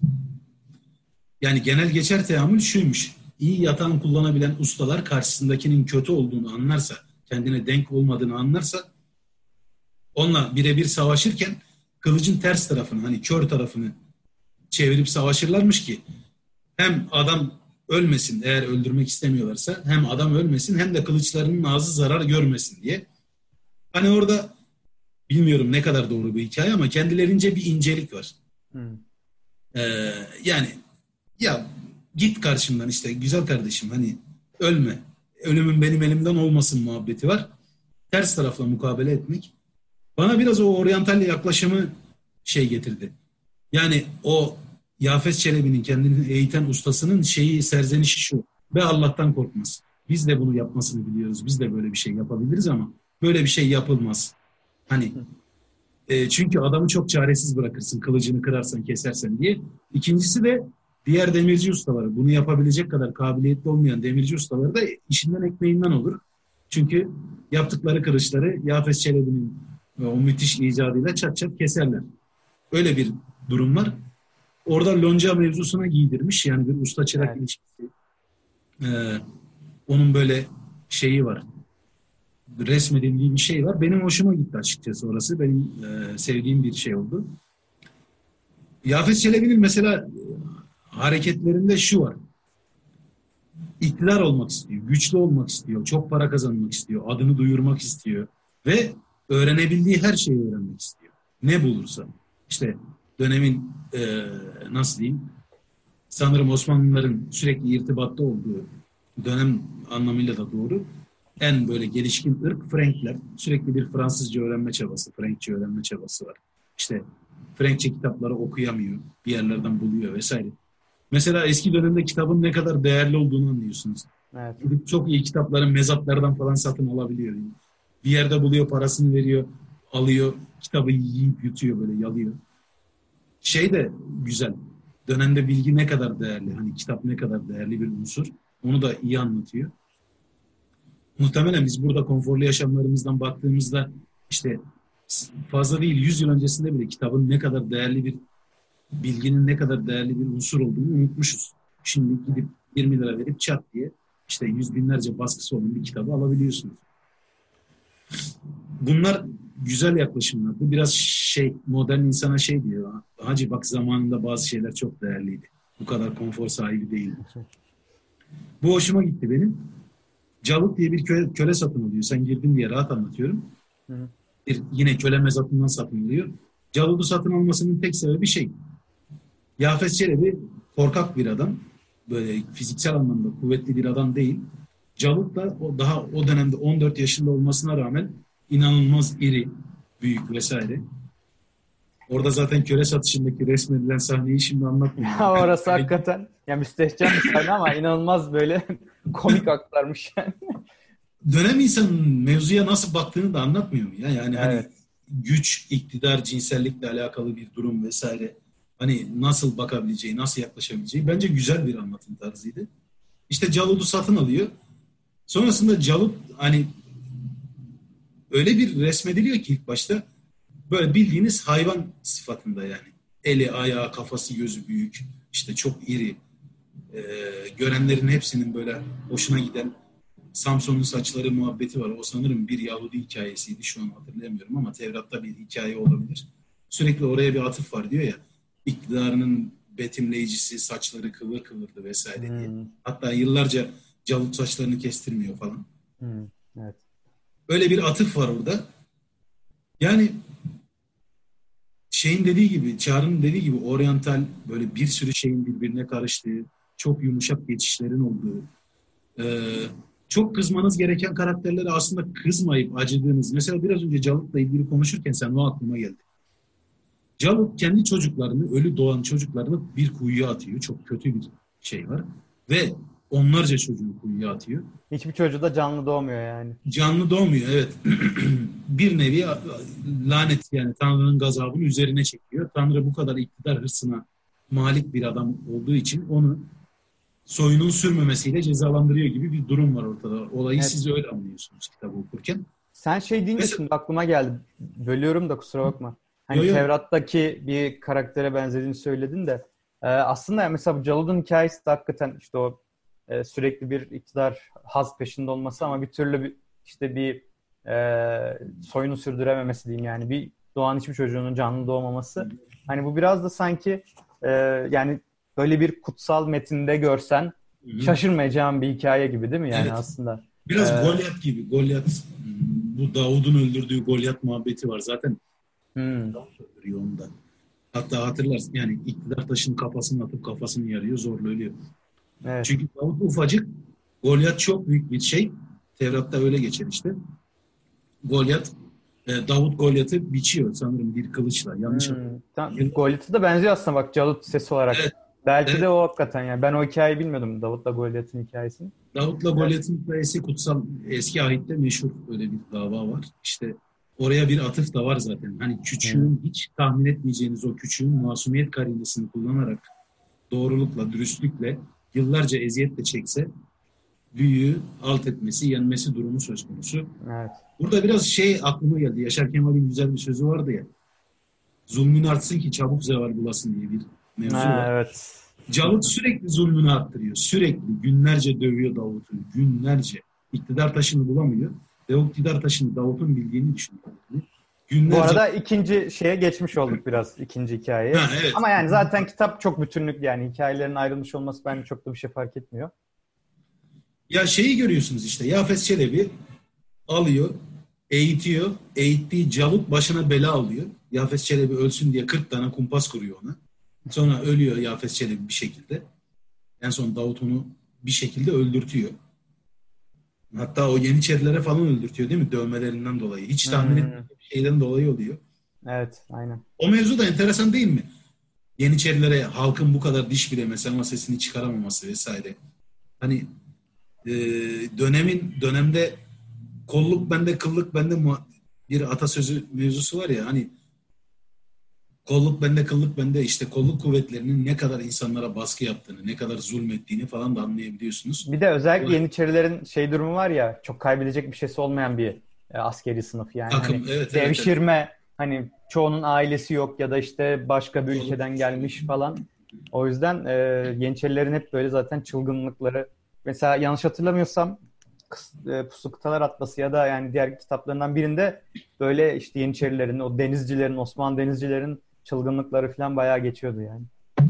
Yani genel geçer teamül şuymuş. İyi yatağın kullanabilen ustalar karşısındakinin kötü olduğunu anlarsa, kendine denk olmadığını anlarsa onunla birebir savaşırken kılıcın ters tarafını hani kör tarafını çevirip savaşırlarmış ki hem adam ölmesin eğer öldürmek istemiyorlarsa hem adam ölmesin hem de kılıçlarının ağzı zarar görmesin diye. Hani orada bilmiyorum ne kadar doğru bir hikaye ama kendilerince bir incelik var. Yani ya git karşımdan işte güzel kardeşim hani ölme. Ölümün benim elimden olmasın muhabbeti var. Ters tarafla mukabele etmek. Bana biraz o oryantal yaklaşımı getirdi. Yani o Yafes Çelebi'nin kendini eğiten ustasının serzenişi şu. Ve Allah'tan korkmaz. Biz de bunu yapmasını biliyoruz. Biz de böyle bir şey yapabiliriz ama böyle bir şey yapılmaz. Hani çünkü adamı çok çaresiz bırakırsın. Kılıcını kırarsan, kesersen diye. İkincisi de diğer demirci ustaları. Bunu yapabilecek kadar kabiliyetli olmayan demirci ustaları da işinden ekmeğinden olur. Çünkü yaptıkları kılıçları Yafes Çelebi'nin o müthiş icadıyla çat çat keserler. Öyle bir durum var. Orada lonca mevzusuna giydirmiş. Yani bir usta çırak ilişkisi. Onun böyle var. Resmedildiği bir şey var. Benim hoşuma gitti açıkçası orası. Benim sevdiğim bir şey oldu. Yafes Çelebi'nin mesela hareketlerinde şu var. İktidar olmak istiyor. Güçlü olmak istiyor. Çok para kazanmak istiyor. Adını duyurmak istiyor. Ve öğrenebildiği her şeyi öğrenmek istiyor. Ne bulursa. İşte dönemin nasıl diyeyim sanırım Osmanlıların sürekli irtibatta olduğu dönem anlamıyla da doğru. En böyle gelişkin ırk Frankler. Sürekli bir Fransızca öğrenme çabası, Frankçe öğrenme çabası var. İşte Frankçe kitapları okuyamıyor. Bir yerlerden buluyor vesaire. Mesela eski dönemde kitabın ne kadar değerli olduğunu anlıyorsunuz. Evet. Çok iyi kitapların mezatlardan falan satın alabiliyor. Bir yerde buluyor, parasını veriyor, alıyor, kitabı yiyip yutuyor böyle yalıyor. De güzel. Dönemde bilgi ne kadar değerli, hani kitap ne kadar değerli bir unsur. Onu da iyi anlatıyor. Muhtemelen biz burada konforlu yaşamlarımızdan baktığımızda işte fazla değil 100 yıl öncesinde bile kitabın ne kadar değerli bir bilginin ne kadar değerli bir unsur olduğunu unutmuşuz. Şimdi gidip 20 lira verip çat diye işte yüz binlerce baskısı olan bir kitabı alabiliyorsunuz. Bunlar güzel yaklaşımlar. Bu biraz modern insana diyor. Hacı bak zamanında bazı şeyler çok değerliydi. Bu kadar konfor sahibi değildi. Bu hoşuma gitti benim. Calut diye bir köle satın alıyor. Sen girdin diye rahat anlatıyorum. Yine köle mezatından satın alıyor. Calut'u satın almasının tek sebebi Yafes Çelebi korkak bir adam. Böyle fiziksel anlamda kuvvetli bir adam değil. Calut da o dönemde 14 yaşında olmasına rağmen inanılmaz iri, büyük vesaire. Orada zaten köle satışındaki resmedilen sahneyi şimdi anlatmayayım. Orası hakikaten müstehcen bir sahne ama inanılmaz böyle komik aktarmış yani. Dönem insanın mevzuya nasıl baktığını da anlatmıyor mu ya? Yani evet. güç, iktidar, cinsellikle alakalı bir durum vesaire. Hani nasıl bakabileceği, nasıl yaklaşabileceği bence güzel bir anlatım tarzıydı. İşte Calud'u satın alıyor. Sonrasında Calud hani öyle bir resmediliyor ki ilk başta böyle bildiğiniz hayvan sıfatında yani. Eli, ayağı, kafası, gözü büyük. İşte çok iri. Görenlerin hepsinin böyle hoşuna giden Samson'un saçları muhabbeti var. O sanırım bir Yahudi hikayesiydi. Şu an hatırlayamıyorum ama Tevrat'ta bir hikaye olabilir. Sürekli oraya bir atıf var diyor ya. İktidarının betimleyicisi, saçları kıvır kıvırdı vesaire diye. Hmm. Hatta yıllarca Calut saçlarını kestirmiyor falan. Evet. Öyle bir atıf var orada. Yani şeyin dediği gibi, Çağrı'nın dediği gibi oryantal böyle bir sürü şeyin birbirine karıştığı, çok yumuşak geçişlerin olduğu, e, çok kızmanız gereken karakterlere aslında kızmayıp acıdığınız. Mesela biraz önce Calut'la ilgili konuşurken sen o aklıma geldi. Calut kendi çocuklarını, ölü doğan çocuklarını bir kuyuya atıyor. Çok kötü bir şey var. Ve onlarca çocuğu kuyuya atıyor. Hiçbir çocuğu da canlı doğmuyor yani. Canlı doğmuyor, evet. Bir nevi lanet yani Tanrı'nın gazabını üzerine çekiyor. Tanrı bu kadar iktidar hırsına malik bir adam olduğu için onu soyunun sürmemesiyle cezalandırıyor gibi bir durum var ortada. Olayı Evet. siz öyle anlıyorsunuz kitabı okurken. Sen şey deyince Mesela, şimdi aklıma geldi. Bölüyorum da kusura bakma. yo Hani yo, Tevrat'taki bir karaktere benzediğini söyledin de aslında mesela bu Calud'un hikayesi de hakikaten işte o sürekli bir iktidar haz peşinde olması ama bir türlü işte bir soyunu sürdürememesi diyeyim yani bir doğan hiçbir çocuğunun canlı doğmaması. Hani bu biraz da sanki e, yani böyle bir kutsal metinde görsen hı-hı. şaşırmayacağın bir hikaye gibi değil mi yani Evet. aslında? Biraz Golyat gibi. Golyat, bu Davud'un öldürdüğü Golyat muhabbeti var. Zaten Hmm, Davud öldürüyor onu da. Hatta hatırlarsın yani iktidar taşının kafasını atıp kafasını yarıyor, zorla ölüyor. evet. Çünkü Davud ufacık, Golyat çok büyük bir şey. Tevrat'ta öyle geçer işte. Golyat, Davud Golyat'ı biçiyor sanırım bir kılıçla. Yanlış hatırlıyorum. Goliath'a da benziyor aslında bak Calut sesi olarak. Evet, Belki evet. de o hakikaten yani. Ben o hikayeyi bilmiyordum. Davut'la Goliath'ın hikayesini. Davud'la Evet. Golyat'ın hikayesi kutsal, eski ahitte meşhur öyle bir dava var. İşte oraya bir atıf da var zaten. Hani Hı. küçüğün hiç tahmin etmeyeceğiniz o küçüğün masumiyet karinesini kullanarak doğrulukla, dürüstlükle, yıllarca eziyetle çekse büyüğü alt etmesi, yenmesi durumu söz konusu. Evet. Burada biraz şey aklıma geldi. Yaşar Kemal'in güzel bir sözü vardı ya. Zulmün artsın ki çabuk zeval bulasın diye bir mevzu Ha, var. evet. Calut sürekli zulmünü arttırıyor. Sürekli günlerce dövüyor Davut'u. Günlerce. İktidar taşını bulamıyor. Ve o iktidar taşını Davut'un bildiğini düşünüyor. Bu Günlerce. arada ikinci şeye geçmiş olduk biraz. İkinci hikayeye. Ha, evet. Ama yani zaten kitap çok bütünlük yani. Hikayelerin ayrılmış olması bence çok da bir şey fark etmiyor. Ya şeyi görüyorsunuz işte. Yafet Çelebi alıyor, eğitiyor. Eğittiği Calut başına bela alıyor. Yafet Çelebi ölsün diye 40 tane kumpas kuruyor ona. Sonra ölüyor Yafet Çelebi bir şekilde. En son Davut onu bir şekilde öldürtüyor. Hatta o Yeniçerilere falan öldürtüyor değil mi? Dövmelerinden dolayı. Hiç tahmin Hmm. etmediğim bir şeyden dolayı oluyor. Evet, aynen. O mevzu da enteresan değil mi? Yeniçerilere halkın bu kadar diş bilemesi ama sesini çıkaramaması vesaire. Hani e, dönemde kolluk bende kıllık bende bir atasözü mevzusu var ya hani kolluk bende kıllık bende işte kolluk kuvvetlerinin ne kadar insanlara baskı yaptığını, ne kadar zulmettiğini falan da anlayabiliyorsunuz. Bir de özellikle Yeniçerilerin şey durumu var ya çok kaybedecek bir şeysi olmayan bir askeri sınıf yani hani Takım, evet evet evet. devşirme hani çoğunun ailesi yok ya da işte başka bir Kolluk ülkeden güçleri. gelmiş falan. O yüzden Yeniçerilerin hep böyle zaten çılgınlıkları mesela yanlış hatırlamıyorsam Puslu Kıtalar Atlası ya da yani diğer kitaplarından birinde böyle işte Yeniçerilerin o denizcilerin Osmanlı denizcilerin çılgınlıkları falan bayağı geçiyordu yani.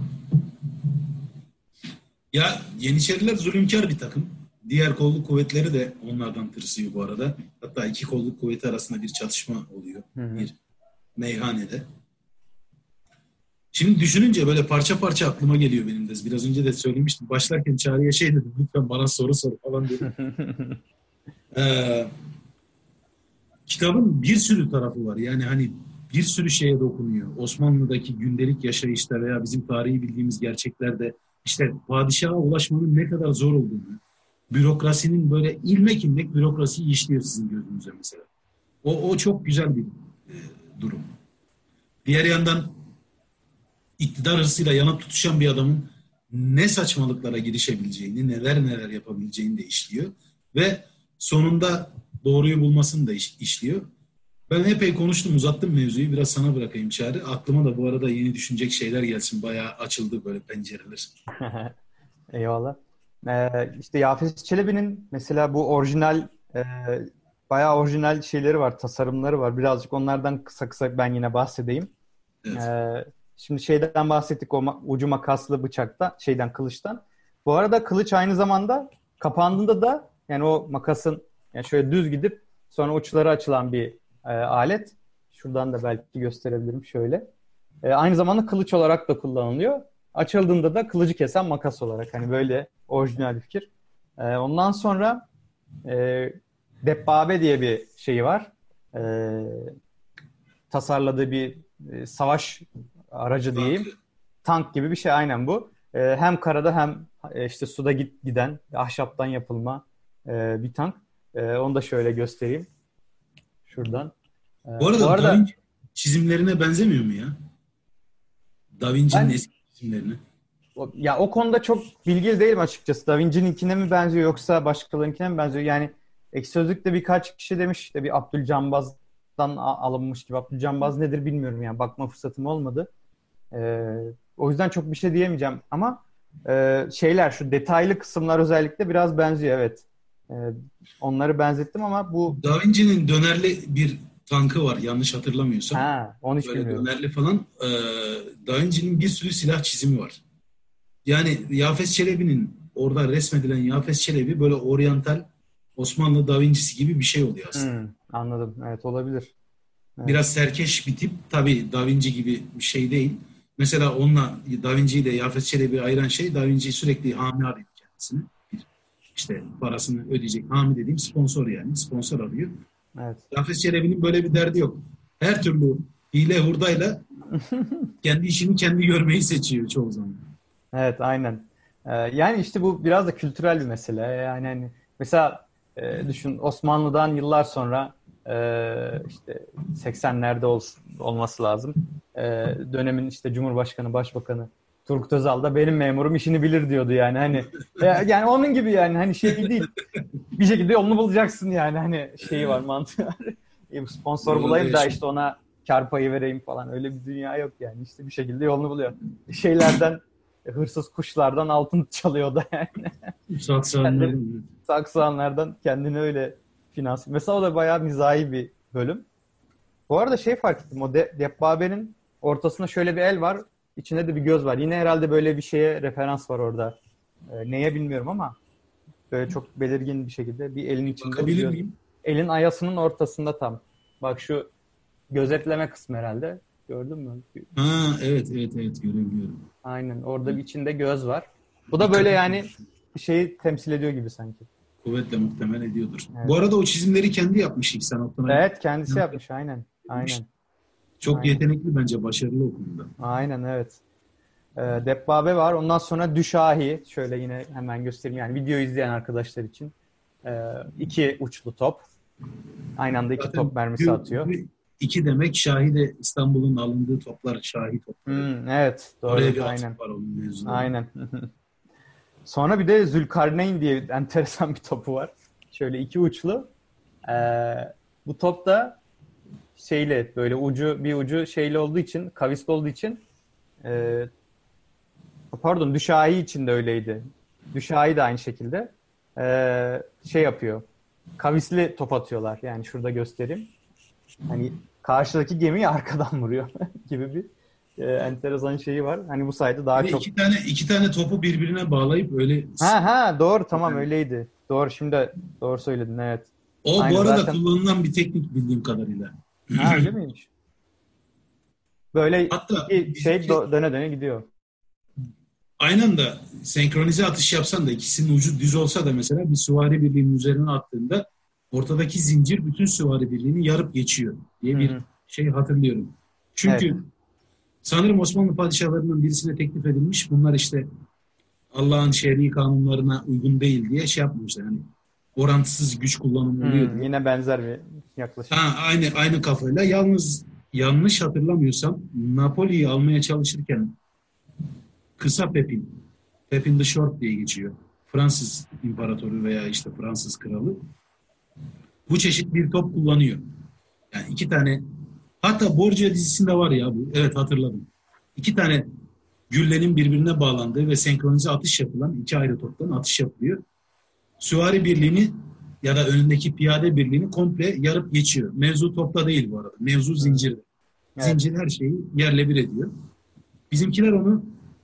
Ya Yeniçeriler zulümkar bir takım. Diğer kolluk kuvvetleri de onlardan tırsıyor bu arada. Hatta iki kolluk kuvveti arasında bir çatışma oluyor. Hı hı. Bir meyhanede. Şimdi düşününce böyle parça parça aklıma geliyor benim de. Biraz önce de söylemiştim. Başlarken Çağrı'ya şey dedim. Lütfen bana soru sor falan dedim. Ee, kitabın bir sürü tarafı var. Yani hani bir sürü şeye dokunuyor. Osmanlı'daki gündelik yaşayışta veya bizim tarihi bildiğimiz gerçeklerde işte padişaha ulaşmanın ne kadar zor olduğunu, bürokrasinin böyle ilmek ilmek bürokrasiyi işliyor sizin gözünüze mesela. O çok güzel bir durum. Diğer yandan iktidar hırsıyla yanıp tutuşan bir adamın ne saçmalıklara girişebileceğini, neler yapabileceğini de işliyor. Ve sonunda doğruyu bulmasını da işliyor. Ben epey konuştum, uzattım mevzuyu. Biraz sana bırakayım Çağrı. Aklıma da bu arada yeni düşünecek şeyler gelsin. Bayağı açıldı böyle pencereler. Eyvallah. İşte Yafet Çelebi'nin mesela bu orijinal bayağı orijinal şeyleri var, tasarımları var. Birazcık onlardan kısa kısa ben yine bahsedeyim. Evet. Şimdi şeyden bahsettik, o ucu makaslı bıçakta, kılıçtan. Bu arada kılıç aynı zamanda kapandığında da yani o makasın yani şöyle düz gidip sonra uçları açılan bir alet. Şuradan da belki gösterebilirim şöyle. Aynı zamanda kılıç olarak da kullanılıyor. Açıldığında da kılıcı kesen makas olarak. Hani böyle orijinal bir fikir. Ondan sonra Debbabe diye bir şey var. Tasarladığı bir savaş aracı diyeyim. Tank gibi bir şey aynen bu. Hem karada hem işte suda giden ahşaptan yapılma bir tank. Onu da şöyle göstereyim. Şuradan. Bu arada Da Vinci çizimlerine benzemiyor mu ya? Da Vinci'nin eski çizimlerine. Ya o konuda çok bilgili değilim açıkçası. Da Vinci'ninkine mi benziyor yoksa başkalarınkine mi benziyor? Yani Ekşi Sözlük'te birkaç kişi demiş işte bir Abdülcambaz'dan alınmış gibi. Abdülcambaz nedir bilmiyorum yani. Bakma fırsatım olmadı. O yüzden çok bir şey diyemeyeceğim. Ama şu detaylı kısımlar özellikle biraz benziyor evet. Onları benzettim ama bu... Da Vinci'nin dönerli bir tankı var yanlış hatırlamıyorsam. Onu hiç böyle bilmiyorum. Dönerli falan. Da Vinci'nin bir sürü silah çizimi var. Yani Yafet Çelebi'nin orada resmedilen Yafet Çelebi böyle oryantal Osmanlı Da Vinci'si gibi bir şey oluyor aslında. Anladım. Evet olabilir. Evet. Biraz serkeş bir tip. Tabii Da Vinci gibi bir şey değil. Mesela onunla Da Vinci ile Yafet Çelebi'yi ayıran şey Da Vinci sürekli hami arıyor kendisini. İşte parasını ödeyecek. Hami dediğim sponsor yani. Sponsor arıyor. Evet. Yafet Çelebi'nin böyle bir derdi yok. Her türlü hile hurdayla kendi işini kendi görmeyi seçiyor çoğu zaman. Evet aynen. Yani işte bu biraz da kültürel bir mesele. Yani hani mesela düşün Osmanlı'dan yıllar sonra işte 80'lerde olması lazım. Dönemin işte Cumhurbaşkanı, Başbakanı Turgut Özal da benim memurum işini bilir diyordu yani hani yani onun gibi yani hani şey değil. Bir şekilde yolunu bulacaksın yani hani şeyi var mantığı var. Sponsor bulayım da işte ona kar payı vereyim falan öyle bir dünya yok yani işte bir şekilde yolunu buluyor. Şeylerden hırsız kuşlardan altın çalıyor da yani. Saksoğanlardan kendini öyle finans. Mesela o da bayağı mizahi bir bölüm. Bu arada fark ettim. O Debbabe'nin ortasında şöyle bir el var. İçinde de bir göz var. Yine herhalde böyle bir şeye referans var orada. Neye bilmiyorum ama böyle çok belirgin bir şekilde bir elin içinde. Bakabilir miyim? Elin ayasının ortasında tam. Bak şu gözetleme kısmı herhalde. Gördün mü? Evet görebiliyorum. Aynen. Orada bir içinde göz var. Bu da böyle yani bir şeyi temsil ediyor gibi sanki. Kuvvetle muhtemel ediyordur. Evet. Bu arada o çizimleri kendi yapmış İhsan Oktan. Evet kendisi yapmış aynen. Çok yetenekli bence, başarılı o konuda. Aynen evet. Debbabe var. Ondan sonra Düşahi. Şöyle yine hemen göstereyim. Yani video izleyen arkadaşlar için. 2 uçlu top. Aynı anda 2 top mermisi atıyor. 2 demek Şahi de İstanbul'un alındığı toplar Şahi topları. Evet. Doğru. Oraya bir atıf var onun mevzuda. Aynen. Sonra bir de Zülkarneyn diye enteresan bir topu var. Şöyle 2 uçlu. Bu top da böyle bir ucu şeyli olduğu için, kavisli olduğu için Düşahi için de öyleydi. Düşahi de aynı şekilde yapıyor. Kavisli top atıyorlar. Yani şurada göstereyim. Hani karşıdaki gemiyi arkadan vuruyor gibi bir enteresan şeyi var. Hani bu sayede daha çok... İki tane topu birbirine bağlayıp öyle... Doğru tamam öyleydi. Doğru şimdi doğru söyledin evet. O bu arada zaten kullanılan bir teknik bildiğim kadarıyla. Öyle miymiş? Böyle hatta döne döne gidiyor. Aynı anda senkronize atış yapsan da ikisinin ucu düz olsa da mesela bir süvari birliğinin üzerine attığında ortadaki zincir bütün süvari birliğini yarıp geçiyor diye bir şey hatırlıyorum. Çünkü sanırım Osmanlı padişahlarından birisine teklif edilmiş. Bunlar işte Allah'ın şer'i kanunlarına uygun değil diye yapmışlar. Yani orantısız güç kullanımı oluyor diye. Yine benzer bir yaklaşım. Aynı kafayla. Yalnız yanlış hatırlamıyorsam Napoli'yi almaya çalışırken kısa Pepin the Short diye geçiyor. Fransız imparatoru veya işte Fransız kralı bu çeşit bir top kullanıyor. Yani iki tane, hatta Borgia dizisinde var ya bu. Evet, hatırladım. İki tane güllenin birbirine bağlandığı ve senkronize atış yapılan iki ayrı toptan atış yapılıyor. Süvari birliğini ya da önündeki piyade birliğini komple yarıp geçiyor. Mevzu topta değil bu arada. Mevzu zincirde. Evet. Zincir her şeyi yerle bir ediyor. Bizimkiler onu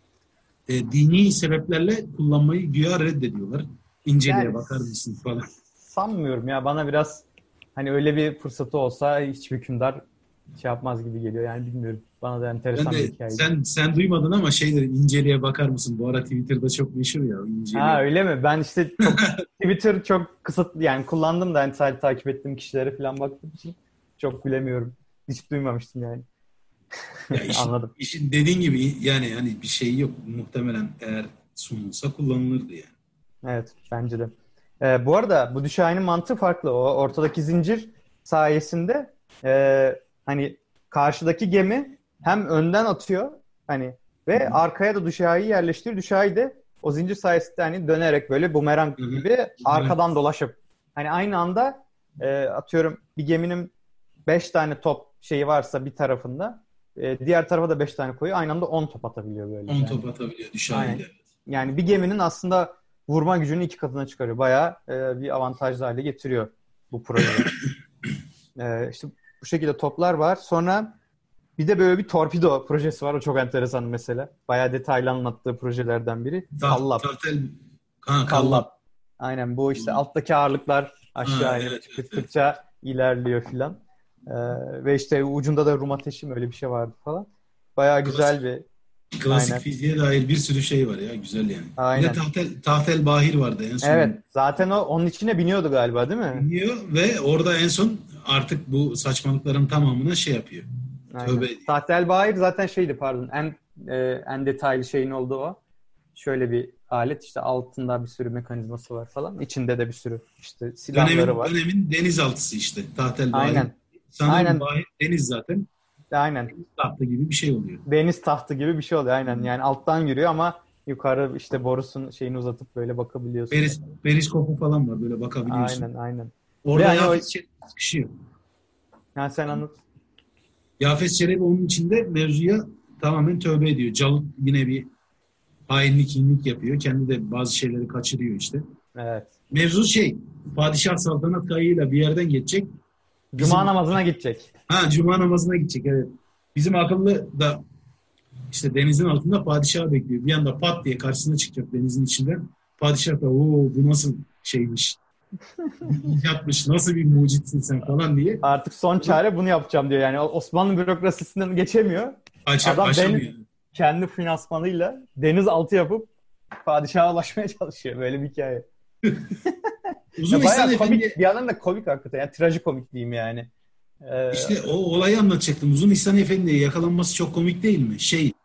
dini sebeplerle kullanmayı güya reddediyorlar. İnceliğe Yani bakar mısın falan. sanmıyorum ya. Bana biraz hani öyle bir fırsatı olsa hiçbir hükümdar şey yapmaz gibi geliyor. Yani bilmiyorum. Bana da Ben enteresan bir de hikayeydi. sen duymadın ama inceliğe bakar mısın? Bu ara Twitter'da çok meşhur ya o inceliğe. Ha öyle mi? Ben işte çok Twitter çok kısıtlı yani kullandım da hani sadece takip ettiğim kişilere falan baktığım için çok bilemiyorum. Hiç duymamıştım yani. Ya işin, Anladım. işin dediğin gibi yani hani bir şey yok. Muhtemelen eğer sunulsa kullanılırdı yani. Evet bence de. Bu arada bu düşeğinin mantığı farklı. O ortadaki zincir sayesinde hani karşıdaki gemi hem önden atıyor hani ve arkaya da düşeği yerleştiriyor. Düşeği de o zincir sayesinde hani dönerek böyle bumerang Hı hı. gibi Evet. arkadan dolaşıp hani aynı anda atıyorum bir geminin 5 tane top şeyi varsa bir tarafında diğer tarafa da 5 tane koyuyor. Aynı anda 10 top atabiliyor böyle 10 yani. top atabiliyor Aynen. düşahıyla. Yani bir geminin aslında vurma gücünü 2 katına çıkarıyor. Bayağı bir avantajlı hale getiriyor bu proje. İşte bu şekilde toplar var. Sonra bir de böyle bir torpido projesi var. O çok enteresan mesela. Bayağı detaylı anlattığı projelerden biri. Kallap. Tahtel kallap. Kallap. Aynen bu işte alttaki ağırlıklar Ha, aşağı inip evet, evet, evet. çıktıkça ilerliyor filan. Ve işte ucunda da Rum ateşi mi öyle bir şey vardı falan. Bayağı Klasik güzel bir klasik aynen. fiziğe dair bir sürü şey var ya. Güzel yani. Bir de Aynen. Tahtel Bahir vardı en son. Evet. Zaten onun içine biniyordu galiba değil mi? Dinliyor ve orada en son artık bu saçmalıkların tamamına şey yapıyor. Aynen. Tövbe ediyor. Tahtel Bahir zaten şeydi pardon. En detaylı şeyin olduğu o. Şöyle bir alet işte altında bir sürü mekanizması var falan. İçinde de bir sürü işte silahları var. Dönemin denizaltısı işte. Tahtel Bahir. Aynen. Sanırım Aynen. Bahir deniz zaten. Aynen. Deniz tahtı gibi bir şey oluyor. Deniz tahtı gibi bir şey oluyor aynen. Hmm. Yani alttan yürüyor ama yukarı işte borusun şeyini uzatıp böyle bakabiliyorsun. Periskopu falan var, böyle bakabiliyorsun. Aynen aynen. Ve Orada hani o Yafes Çelebi sıkışıyor. yani sen anlat. Yafes Çelebi onun içinde mevzuya tamamen tövbe ediyor. Calut yine bir hainlik yapıyor. Kendi de bazı şeyleri kaçırıyor işte. Evet. Mevzu padişah saltanat kayığıyla bir yerden geçecek. Cuma Bizim namazına gidecek. cuma namazına gidecek, evet. Bizim akıllı da işte denizin altında padişahı bekliyor. Bir anda pat diye karşısına çıkacak denizin içinden. Padişah da bu nasıl şeymiş, icatmış, nasıl bir mucitsin sen falan diye. Artık son çare bunu yapacağım diyor. Yani Osmanlı bürokrasisinden geçemiyor. Adam Aşamıyor. kendi finansmanıyla denizaltı yapıp padişaha ulaşmaya çalışıyor. Böyle bir hikaye. Uzun Ya İhsan bayağı Efendi, komik. Bir yandan da komik hakikaten. Yani trajikomik diyeyim yani. Ee, işte o olayı anlatacaktım. Uzun İhsan Efendi'ye yakalanması çok komik değil mi?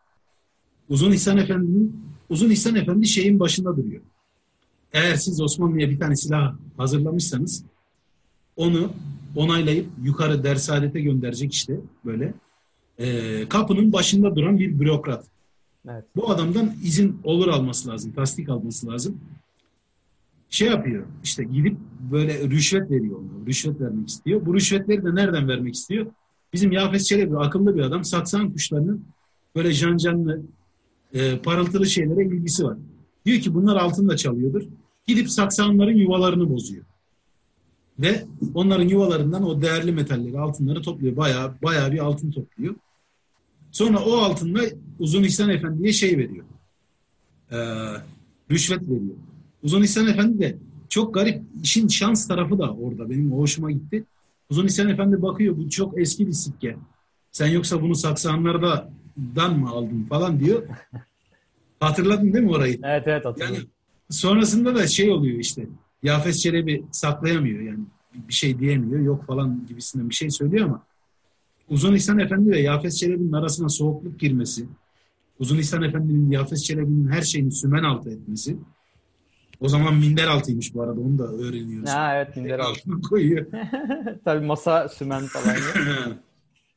Uzun İhsan Efendi şeyin başında duruyor. Eğer siz Osmanlı'ya bir tane silah hazırlamışsanız onu onaylayıp yukarı Dersaadet'e gönderecek işte böyle. Kapının başında duran bir bürokrat. evet. Bu adamdan izin olur alması lazım, tasdik alması lazım. Şey yapıyor işte, gidip böyle rüşvet veriyor ona. Rüşvet vermek istiyor. Bu rüşvetleri de nereden vermek istiyor? Bizim Yafes Çelebi akıllı bir adam. Saksan kuşlarının böyle canlı parıltılı şeylere ilgisi var. Diyor ki bunlar altın da çalıyordur. Gidip saksanların yuvalarını bozuyor. Ve onların yuvalarından o değerli metalleri, altınları topluyor. Bayağı bir altın topluyor. Sonra o altınla Uzun İhsan Efendi'ye veriyor. Ee, rüşvet veriyor. Uzun İhsan Efendi de çok garip, işin şans tarafı da orada. Benim hoşuma gitti. Uzun İhsan Efendi bakıyor, bu çok eski bir sikke. Sen yoksa bunu Saksanlardan mı aldın falan diyor. Hatırladın değil mi orayı? Evet evet Yani hatırladım. sonrasında da oluyor işte. Yafes Çelebi saklayamıyor yani, bir şey diyemiyor, yok falan gibisinden bir şey söylüyor ama Uzun İhsan Efendi ve Yafes Çelebi'nin arasına soğukluk girmesi, Uzun İhsan Efendi'nin Yafes Çelebi'nin her şeyini sümen altı etmesi, o zaman minder altıymış bu arada, onu da öğreniyoruz. Ha evet minder altı. Altına koyuyor. Tabii masa sümen falan yok.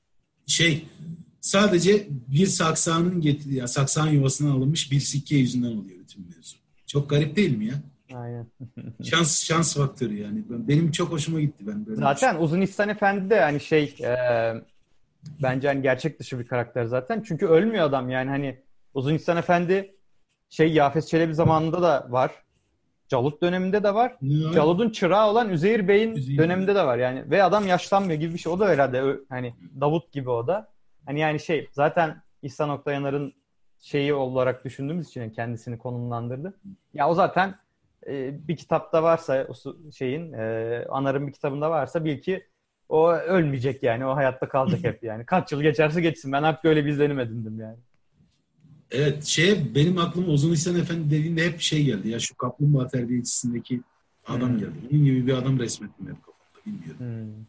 Şey, sadece bir saksağının ya saksağın yuvasından alınmış bir sikke yüzünden oluyor bütün mevzu. Çok garip değil mi ya? Aynen. Şans faktörü yani. Benim çok hoşuma gitti ben böyle bir şey. Zaten Uzun İhsan Efendi de hani bence hani gerçek dışı bir karakter zaten. Çünkü ölmüyor adam yani hani Uzun İhsan Efendi Yafet Çelebi zamanında da var. Calut döneminde de var. Ne var? Calut'un çırağı olan Üzeyir Bey'in Üzeyir Bey. döneminde de var yani. Ve adam yaşlanmıyor gibi bir şey. O da herhalde hani Davut gibi o da. Hani yani zaten İhsan Oktayanar'ın şeyi olarak düşündüğümüz için yani kendisini konumlandırdı. Ya o zaten bir kitapta varsa Anar'ın bir kitabında varsa bil ki o ölmeyecek yani. O hayatta kalacak hep yani. Kaç yıl geçerse geçsin. Ben artık öyle bir izlenim edindim yani. Evet, benim aklıma Ozan İhsan Efendi dediğinde hep şey geldi ya, şu Kaplumbağa Terbiyecisi'ndeki adam geldi. Onun gibi bir adam resmettim hep kafamda, bilmiyorum.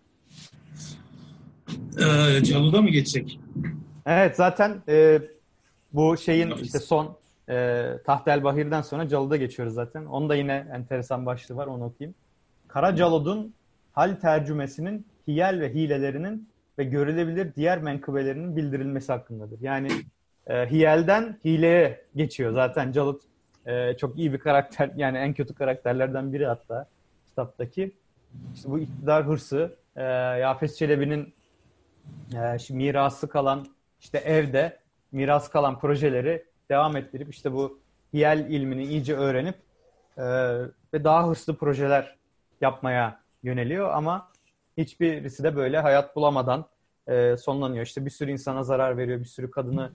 Caluda mı geçsek? Evet zaten bu işte son Tahtel Bahir'den sonra Calud'a geçiyoruz zaten. Onun da yine enteresan başlığı var, onu okuyayım. Kara Calud'un hal tercümesinin hiyel ve hilelerinin ve görülebilir diğer menkıbelerinin bildirilmesi hakkındadır. Yani hiyelden hileye geçiyor zaten Calud. Çok iyi bir karakter, yani en kötü karakterlerden biri hatta kitaptaki. İşte bu iktidar hırsı, Yafet Çelebi'nin mirası kalan evde miras kalan projeleri devam ettirip işte bu hiyel ilmini iyice öğrenip ve daha hırslı projeler yapmaya yöneliyor ama hiçbirisi de böyle hayat bulamadan sonlanıyor. İşte bir sürü insana zarar veriyor, bir sürü kadını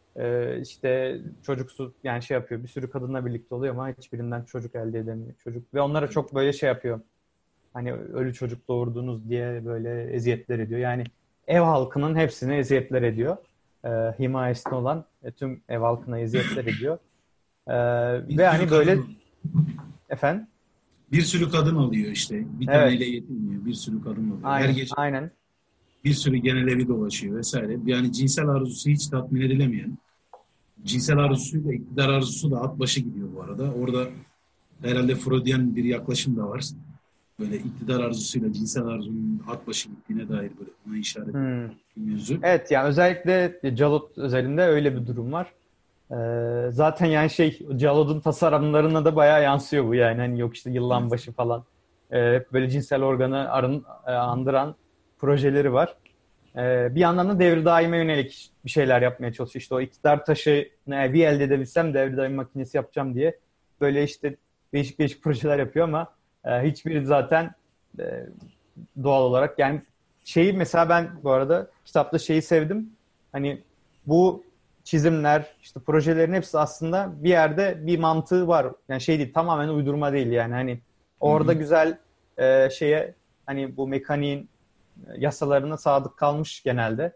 işte çocuksu yani yapıyor, bir sürü kadınla birlikte oluyor ama hiçbirinden çocuk elde edemiyor. Ve onlara çok böyle yapıyor. Hani ölü çocuk doğurdunuz diye böyle eziyetler ediyor. Yani ev halkının hepsine eziyetler ediyor. Himayesinde olan tüm ev halkına eziyetler ediyor. Bir Ve sürü hani böyle kadın, efendim. bir sürü kadın alıyor işte. Bir Evet. taneyle yetinmiyor. Bir sürü kadın alıyor. Her Aynen. gece Aynen. bir sürü genel evi dolaşıyor vesaire. Yani cinsel arzusu hiç tatmin edilemeyen, cinsel arzusuyla iktidar arzusu da at başı gidiyor bu arada. Orada herhalde Freudian bir yaklaşım da var. Böyle iktidar arzusuyla cinsel arzunun at başı gittiğine dair böyle ona işaret bir mevzu. Evet yani özellikle Calut özelinde öyle bir durum var. Zaten yani Calud'un tasarımlarına da bayağı yansıyor bu yani. Hani yok işte yıllan başı falan. Hep böyle cinsel organı andıran projeleri var. Bir yandan da devri daime yönelik bir şeyler yapmaya çalışıyor. İşte o iktidar taşını bir elde edebilsem devri daim makinesi yapacağım diye böyle işte değişik değişik projeler yapıyor ama hiçbiri zaten e, doğal olarak yani mesela ben bu arada kitapta sevdim. Hani bu çizimler, işte projelerin hepsi aslında bir yerde bir mantığı var. Yani değil, tamamen uydurma değil yani. Hani orada güzel hani bu mekaniğin yasalarına sadık kalmış genelde.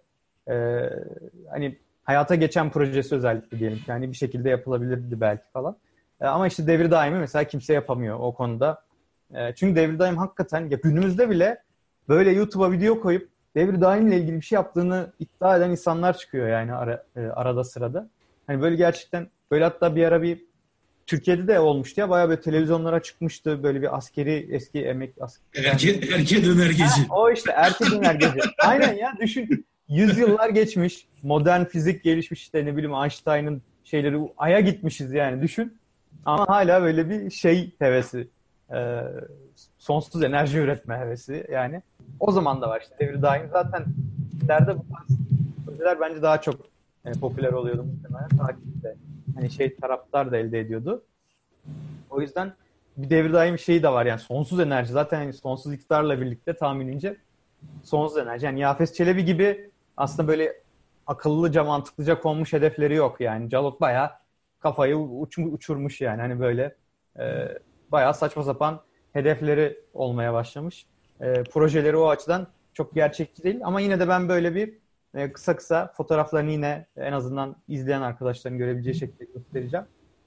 Hani hayata geçen projesi özellikle diyelim ki yani bir şekilde yapılabilirdi belki falan. Ama işte devir daimi mesela kimse yapamıyor o konuda. Çünkü devir daim hakikaten ya günümüzde bile böyle YouTube'a video koyup devir daimle ilgili bir şey yaptığını iddia eden insanlar çıkıyor yani arada sırada. Hani böyle gerçekten böyle hatta bir ara bir Türkiye'de de olmuştu ya, bayağı böyle televizyonlara çıkmıştı böyle bir eski Erke döner geci. o işte erkek döner gece. Aynen ya, düşün. Yüzyıllar geçmiş. Modern fizik gelişmiş, işte ne bileyim Einstein'ın şeyleri, Ay'a gitmişiz yani, düşün. Ama hala böyle bir hevesi. Ee, Sonsuz enerji üretme hevesi yani. O zaman da var işte devir daim. Zaten ileride bu tarz projeler bence daha çok popüler oluyordu muhtemelen. Takipte. Hani taraftar da elde ediyordu. O yüzden bir devir daim de var yani, sonsuz enerji. Zaten yani sonsuz iktidarla birlikte tahminince sonsuz enerji. Yani Yafes Çelebi gibi aslında böyle akıllıca, mantıklıca konmuş hedefleri yok yani. Calot bayağı kafayı uçurmuş yani. Hani böyle bayağı saçma sapan hedefleri olmaya başlamış. Projeleri o açıdan çok gerçekçi değil. Ama yine de ben böyle bir kısa kısa fotoğraflarını yine en azından izleyen arkadaşların görebileceği şekilde göstereceğim.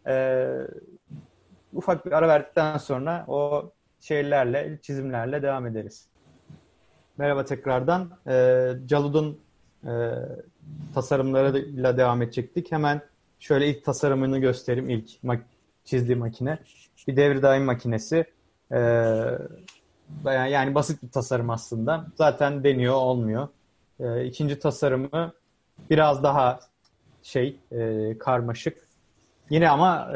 Ufak bir ara verdikten sonra o çizimlerle devam ederiz. Merhaba tekrardan. Calud'un tasarımlarıyla devam edecektik. Hemen şöyle ilk tasarımını göstereyim. İlk çizdiği makine. Bir devir daim makinesi. Yani basit bir tasarım aslında. Zaten deniyor, olmuyor. İkinci tasarımı biraz daha karmaşık. Yine ama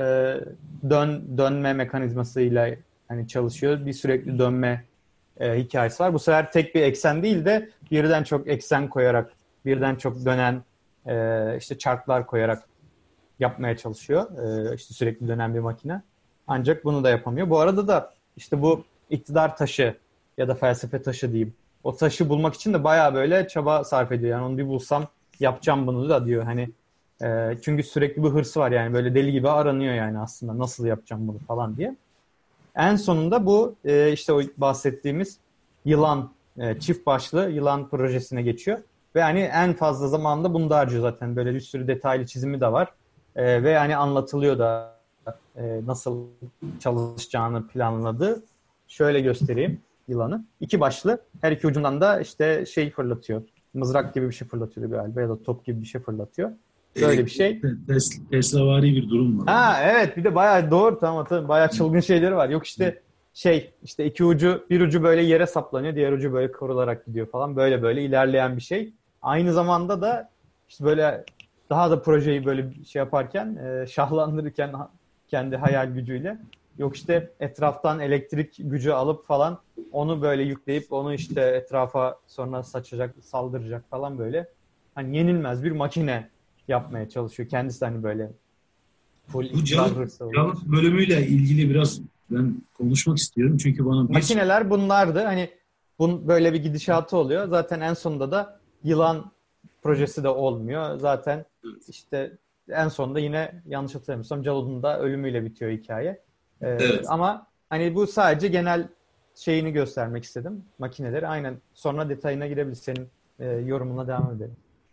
dönme mekanizmasıyla hani çalışıyor. Bir sürekli dönme hikayesi var. Bu sefer tek bir eksen değil de birden çok eksen koyarak, birden çok dönen işte çarklar koyarak yapmaya çalışıyor. İşte sürekli dönen bir makine. Ancak bunu da yapamıyor. Bu arada da işte bu iktidar taşı ya da felsefe taşı diyeyim. O taşı bulmak için de bayağı böyle çaba sarf ediyor. Yani onu bir bulsam yapacağım bunu da diyor. Hani çünkü sürekli bir hırsı var yani böyle deli gibi aranıyor yani aslında nasıl yapacağım bunu falan diye. En sonunda bu işte o bahsettiğimiz yılan, çift başlı yılan projesine geçiyor. Ve hani en fazla zamanında bunu da harcıyor zaten. Böyle bir sürü detaylı çizimi de var. Ve hani anlatılıyor da nasıl çalışacağını planladı. Şöyle göstereyim yılanı. İki başlı. Her iki ucundan da işte şey fırlatıyor. Mızrak gibi bir şey fırlatıyor galiba ya da top gibi bir şey fırlatıyor. Böyle bir şey. Tesla'vari bir durum var orada. Ha evet, bir de bayağı doğru, tamam bayağı çılgın şeyleri var. Yok işte işte iki ucu, bir ucu böyle yere saplanıyor, diğer ucu böyle kıvrılarak gidiyor falan. Böyle böyle ilerleyen bir şey. Aynı zamanda da işte böyle daha da projeyi böyle şey yaparken şahlandırırken kendi hayal gücüyle, yok işte etraftan elektrik gücü alıp falan onu böyle yükleyip onu işte etrafa sonra saçacak, saldıracak falan böyle. Hani yenilmez bir makine yapmaya çalışıyor. Kendisi hani böyle full Bu iktidar hırsı oluyor. Cavus bölümüyle ilgili biraz ben konuşmak istiyorum. Çünkü bana bir Makineler bunlardı. Hani böyle bir gidişatı oluyor. Zaten en sonunda da yılan projesi de olmuyor. Zaten işte en sonunda yine yanlış hatırlamıyorsam Jalud'un da ölümüyle bitiyor hikaye. evet. Ama hani bu sadece genel şeyini göstermek istedim. Makineleri aynen. Sonra detayına girebiliriz. Senin yorumuna devam edelim.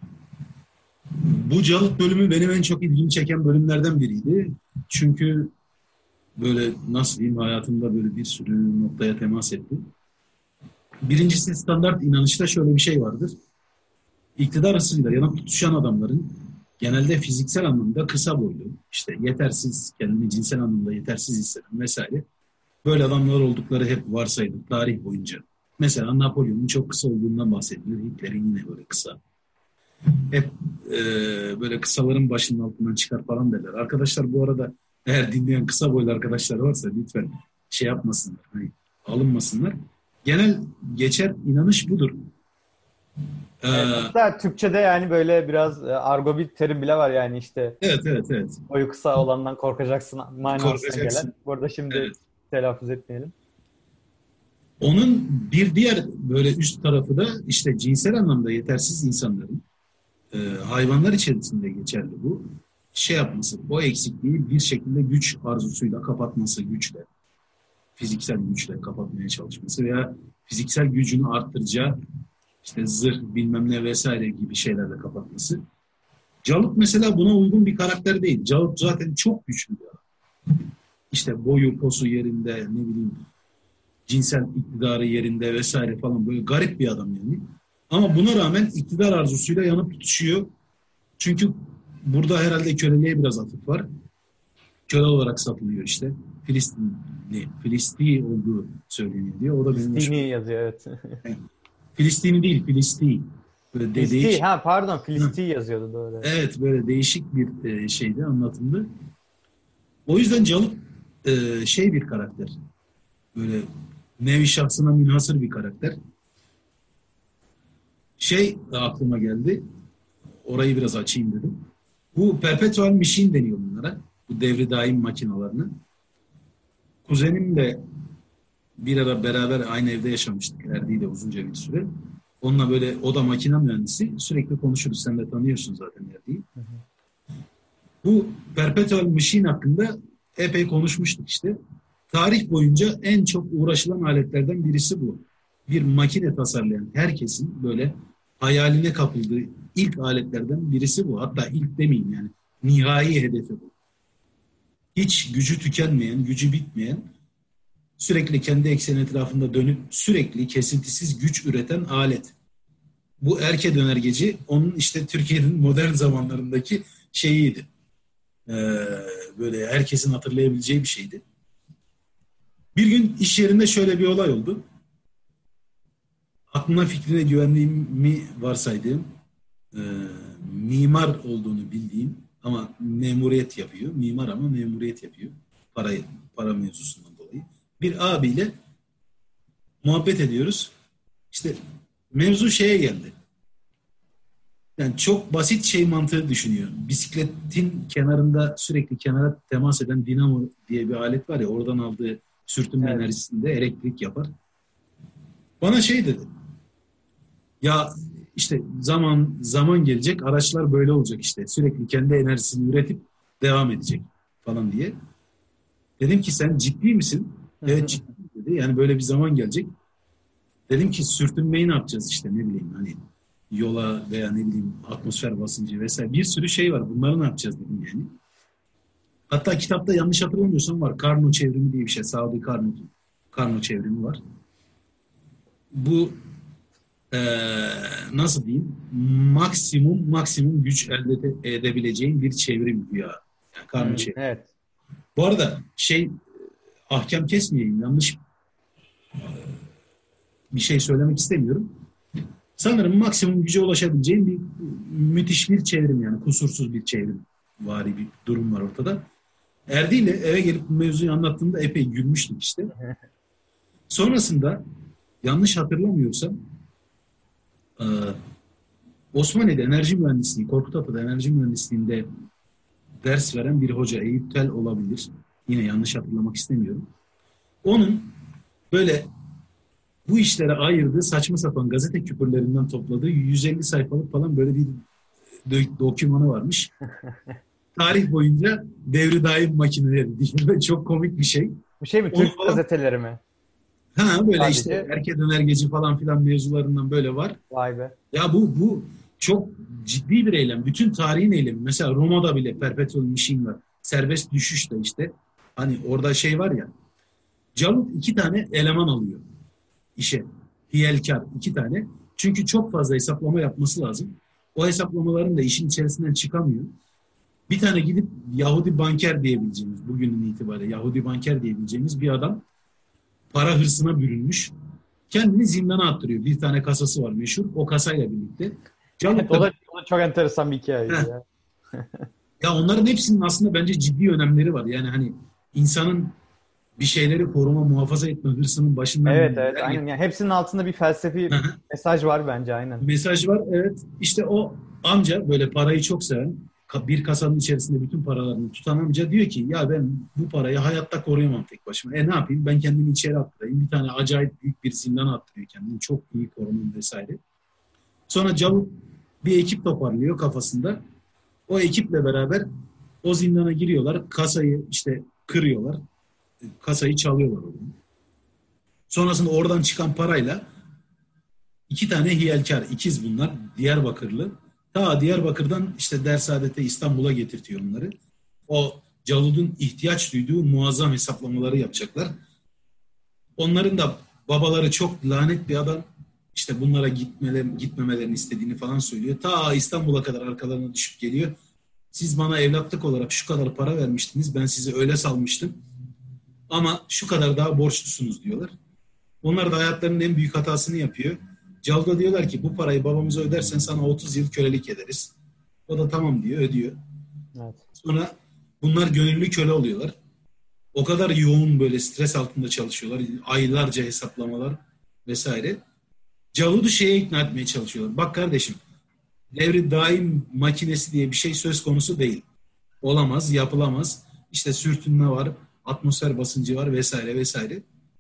Bu Calut bölümü benim en çok ilgimi çeken bölümlerden biriydi. Çünkü böyle nasıl diyeyim hayatımda böyle bir sürü noktaya temas etti. Birincisi standart inanışta şöyle bir şey vardır. İktidar hırsıyla yanıp tutuşan adamların genelde fiziksel anlamda kısa boylu, işte yetersiz, kendini cinsel anlamda yetersiz hisseden vesaire. Böyle adamlar oldukları hep varsayılır tarih boyunca. Mesela Napolyon'un çok kısa olduğundan bahsedilir. Hitler'in yine böyle kısa. Hep böyle kısaların başının altından çıkar falan derler. Arkadaşlar bu arada eğer dinleyen kısa boylu arkadaşlar varsa lütfen şey yapmasınlar. Hani alınmasınlar. Genel geçer inanış budur. Evet, Ee, hatta Türkçe'de yani böyle biraz argo bir terim bile var yani işte evet. boyu kısa olandan korkacaksın manasına gelen. Korkacaksın. Burada şimdi Evet. telaffuz etmeyelim. Onun bir diğer böyle üst tarafı da işte cinsel anlamda yetersiz insanların hayvanlar içerisinde geçerli bu. Şey yapması, o eksikliği bir şekilde güç arzusuyla kapatması, güçle, fiziksel güçle kapatmaya çalışması veya fiziksel gücünü arttıracağı işte zırh bilmem ne vesaire gibi şeylerle kapatması. Calut mesela buna uygun bir karakter değil. Calut zaten çok güçlü bir adam. İşte boyu, posu yerinde, ne bileyim cinsel iktidarı yerinde vesaire falan böyle garip bir adam yani. Ama buna rağmen iktidar arzusuyla yanıp tutuşuyor. Çünkü burada herhalde köleliğe biraz atıf var. Köle olarak satılıyor işte. Filistini olduğu söyleniyor diyor. O da benim hoşuma. Filistini yazıyor, evet. Yani Filistini değil, Filisti. Böyle Filisti, değişik. ha pardon, Filisti yazıyordu, doğru. Evet. Evet böyle değişik bir şeydi anlatımdı. O yüzden Calut şey bir karakter. Böyle nevi şahsına münhasır bir karakter. Şey aklıma geldi. Orayı biraz açayım dedim. Bu perpetual machine deniyor bunlara. Bu devri daim makinalarını. Kuzenim de bir ara beraber aynı evde yaşamıştık. Erdi'yle uzunca bir süre. Onunla böyle o da makine mühendisi. Sürekli konuşuruz. Sen de tanıyorsun zaten Erdi'yi. Hı hı. Bu perpetual machine hakkında epey konuşmuştuk işte. Tarih boyunca en çok uğraşılan aletlerden birisi bu. Bir makine tasarlayan herkesin böyle hayaline kapıldığı ilk aletlerden birisi bu. Hatta ilk demeyeyim yani. Nihai hedefi bu. Hiç gücü tükenmeyen, gücü bitmeyen, sürekli kendi ekseni etrafında dönüp sürekli kesintisiz güç üreten alet. Bu erke dönergeci onun işte Türkiye'nin modern zamanlarındaki şeyiydi. Ee, böyle herkesin hatırlayabileceği bir şeydi. Bir gün iş yerinde şöyle bir olay oldu. aklına fikrine güvendiğimi varsaydığım, e, mimar olduğunu bildiğim ama memuriyet yapıyor. Mimar ama memuriyet yapıyor. Para mevzusundan dolayı. Bir abiyle muhabbet ediyoruz. İşte mevzu şeye geldi. Yani çok basit şey mantığı düşünüyor. Bisikletin kenarında sürekli kenara temas eden dinamo diye bir alet var ya, oradan aldığı sürtünme Evet. enerjisinde elektrik yapar. Bana şey dedi. Ya işte zaman gelecek, araçlar böyle olacak işte. Sürekli kendi enerjisini üretip devam edecek falan diye. Dedim ki sen ciddi misin? Evet ciddiyim dedi. Yani böyle bir zaman gelecek. Dedim ki sürtünmeyi ne yapacağız işte, ne bileyim hani yola veya ne bileyim atmosfer basıncı vesaire bir sürü şey var. Bunları ne yapacağız dedim yani. Hatta kitapta yanlış hatırlamıyorsam var. Carnot çevrimi diye bir şey. Saudi Carnot çevrimi var. Bu nasıl diyeyim, maksimum güç elde edebileceğin bir çevrim güya. Yani Carnot çevrimi. Evet. Bu arada ahkam kesmeyeyim, yanlış bir şey söylemek istemiyorum. Sanırım maksimum güce ulaşabileceğin bir müthiş bir çevrim, yani kusursuz bir çevrim vari bir durum var ortada. Erdi ile eve gelip bu mevzuyu anlattığımda epey gülmüştük işte. Sonrasında yanlış hatırlamıyorsam Osmaniye'de enerji mühendisliği, Korkut Ata'da enerji mühendisliğinde ders veren bir hoca, Eyüp Tel olabilir. Yine yanlış hatırlamak istemiyorum. Onun böyle bu işlere ayırdığı saçma sapan gazete küpürlerinden topladığı 150 sayfalık falan böyle bir dokümanı varmış. Tarih boyunca devri daim makineleri diye çok komik bir şey. Bu şey mi? Onu Türk falan, gazeteleri mi? böyle işte Sadece. erkek önergeci falan filan mevzularından böyle var. Vay be. Ya bu çok ciddi bir eylem. Bütün tarihin eylemi. Mesela Roma'da bile perpetual machine var. Serbest düşüş de işte. Hani orada şey var ya. Calut 2 tane eleman alıyor işe. Hiyelkar 2 tane. Çünkü çok fazla hesaplama yapması lazım. O hesaplamaların da işin içerisinden çıkamıyor. Bir tane gidip Yahudi banker diyebileceğimiz, bugünün itibariyle Yahudi banker diyebileceğimiz bir adam para hırsına bürünmüş. Kendini zindana attırıyor. Bir tane kasası var meşhur. O kasayla birlikte. Evet, Calut o da da, o da çok enteresan bir hikayeydi heh, ya. ya onların hepsinin aslında bence ciddi önemleri var. Yani hani insanın bir şeyleri koruma, muhafaza etme hırsının başından Evet, evet, neler aynen. getiriyor. Yani hepsinin altında bir felsefi mesaj var bence, aynen. Mesaj var. Evet. İşte o amca, böyle parayı çok seven, bir kasanın içerisinde bütün paralarını tutan amca diyor ki ya ben bu parayı hayatta koruyamam tek başıma. Ne yapayım? Ben kendimi içeri attırayım. Bir tane acayip büyük bir zindana attırıyor kendini. Çok iyi korunum vesaire. Sonra Cavuk bir ekip toparlıyor kafasında. O ekiple beraber o zindana giriyorlar. Kasayı işte kırıyorlar. Kasayı çalıyorlar oradan. Sonrasında oradan çıkan parayla 2 tane hiyelkar, ikiz bunlar, Diyarbakırlı. Ta Diyarbakır'dan işte Dersaadet'e, İstanbul'a getirtiyor onları. O Cavud'un ihtiyaç duyduğu muazzam hesaplamaları yapacaklar. Onların da babaları çok lanet bir adam. İşte bunlara gitmemelerini istediğini falan söylüyor. Ta İstanbul'a kadar arkalarına düşüp geliyor. Siz bana evlatlık olarak şu kadar para vermiştiniz. Ben sizi öyle salmıştım. Ama şu kadar daha borçlusunuz diyorlar. Onlar da hayatlarının en büyük hatasını yapıyor. Cavda diyorlar ki bu parayı babamıza ödersen sana 30 yıl kölelik ederiz. O da tamam diyor, ödüyor. Evet. Sonra bunlar gönüllü köle oluyorlar. O kadar yoğun böyle stres altında çalışıyorlar. Aylarca hesaplamalar vesaire. Cavud'u şeye ikna etmeye çalışıyorlar. Bak kardeşim, devri daim makinesi diye bir şey söz konusu değil. Olamaz, yapılamaz. İşte sürtünme var, atmosfer basıncı var vesaire vesaire.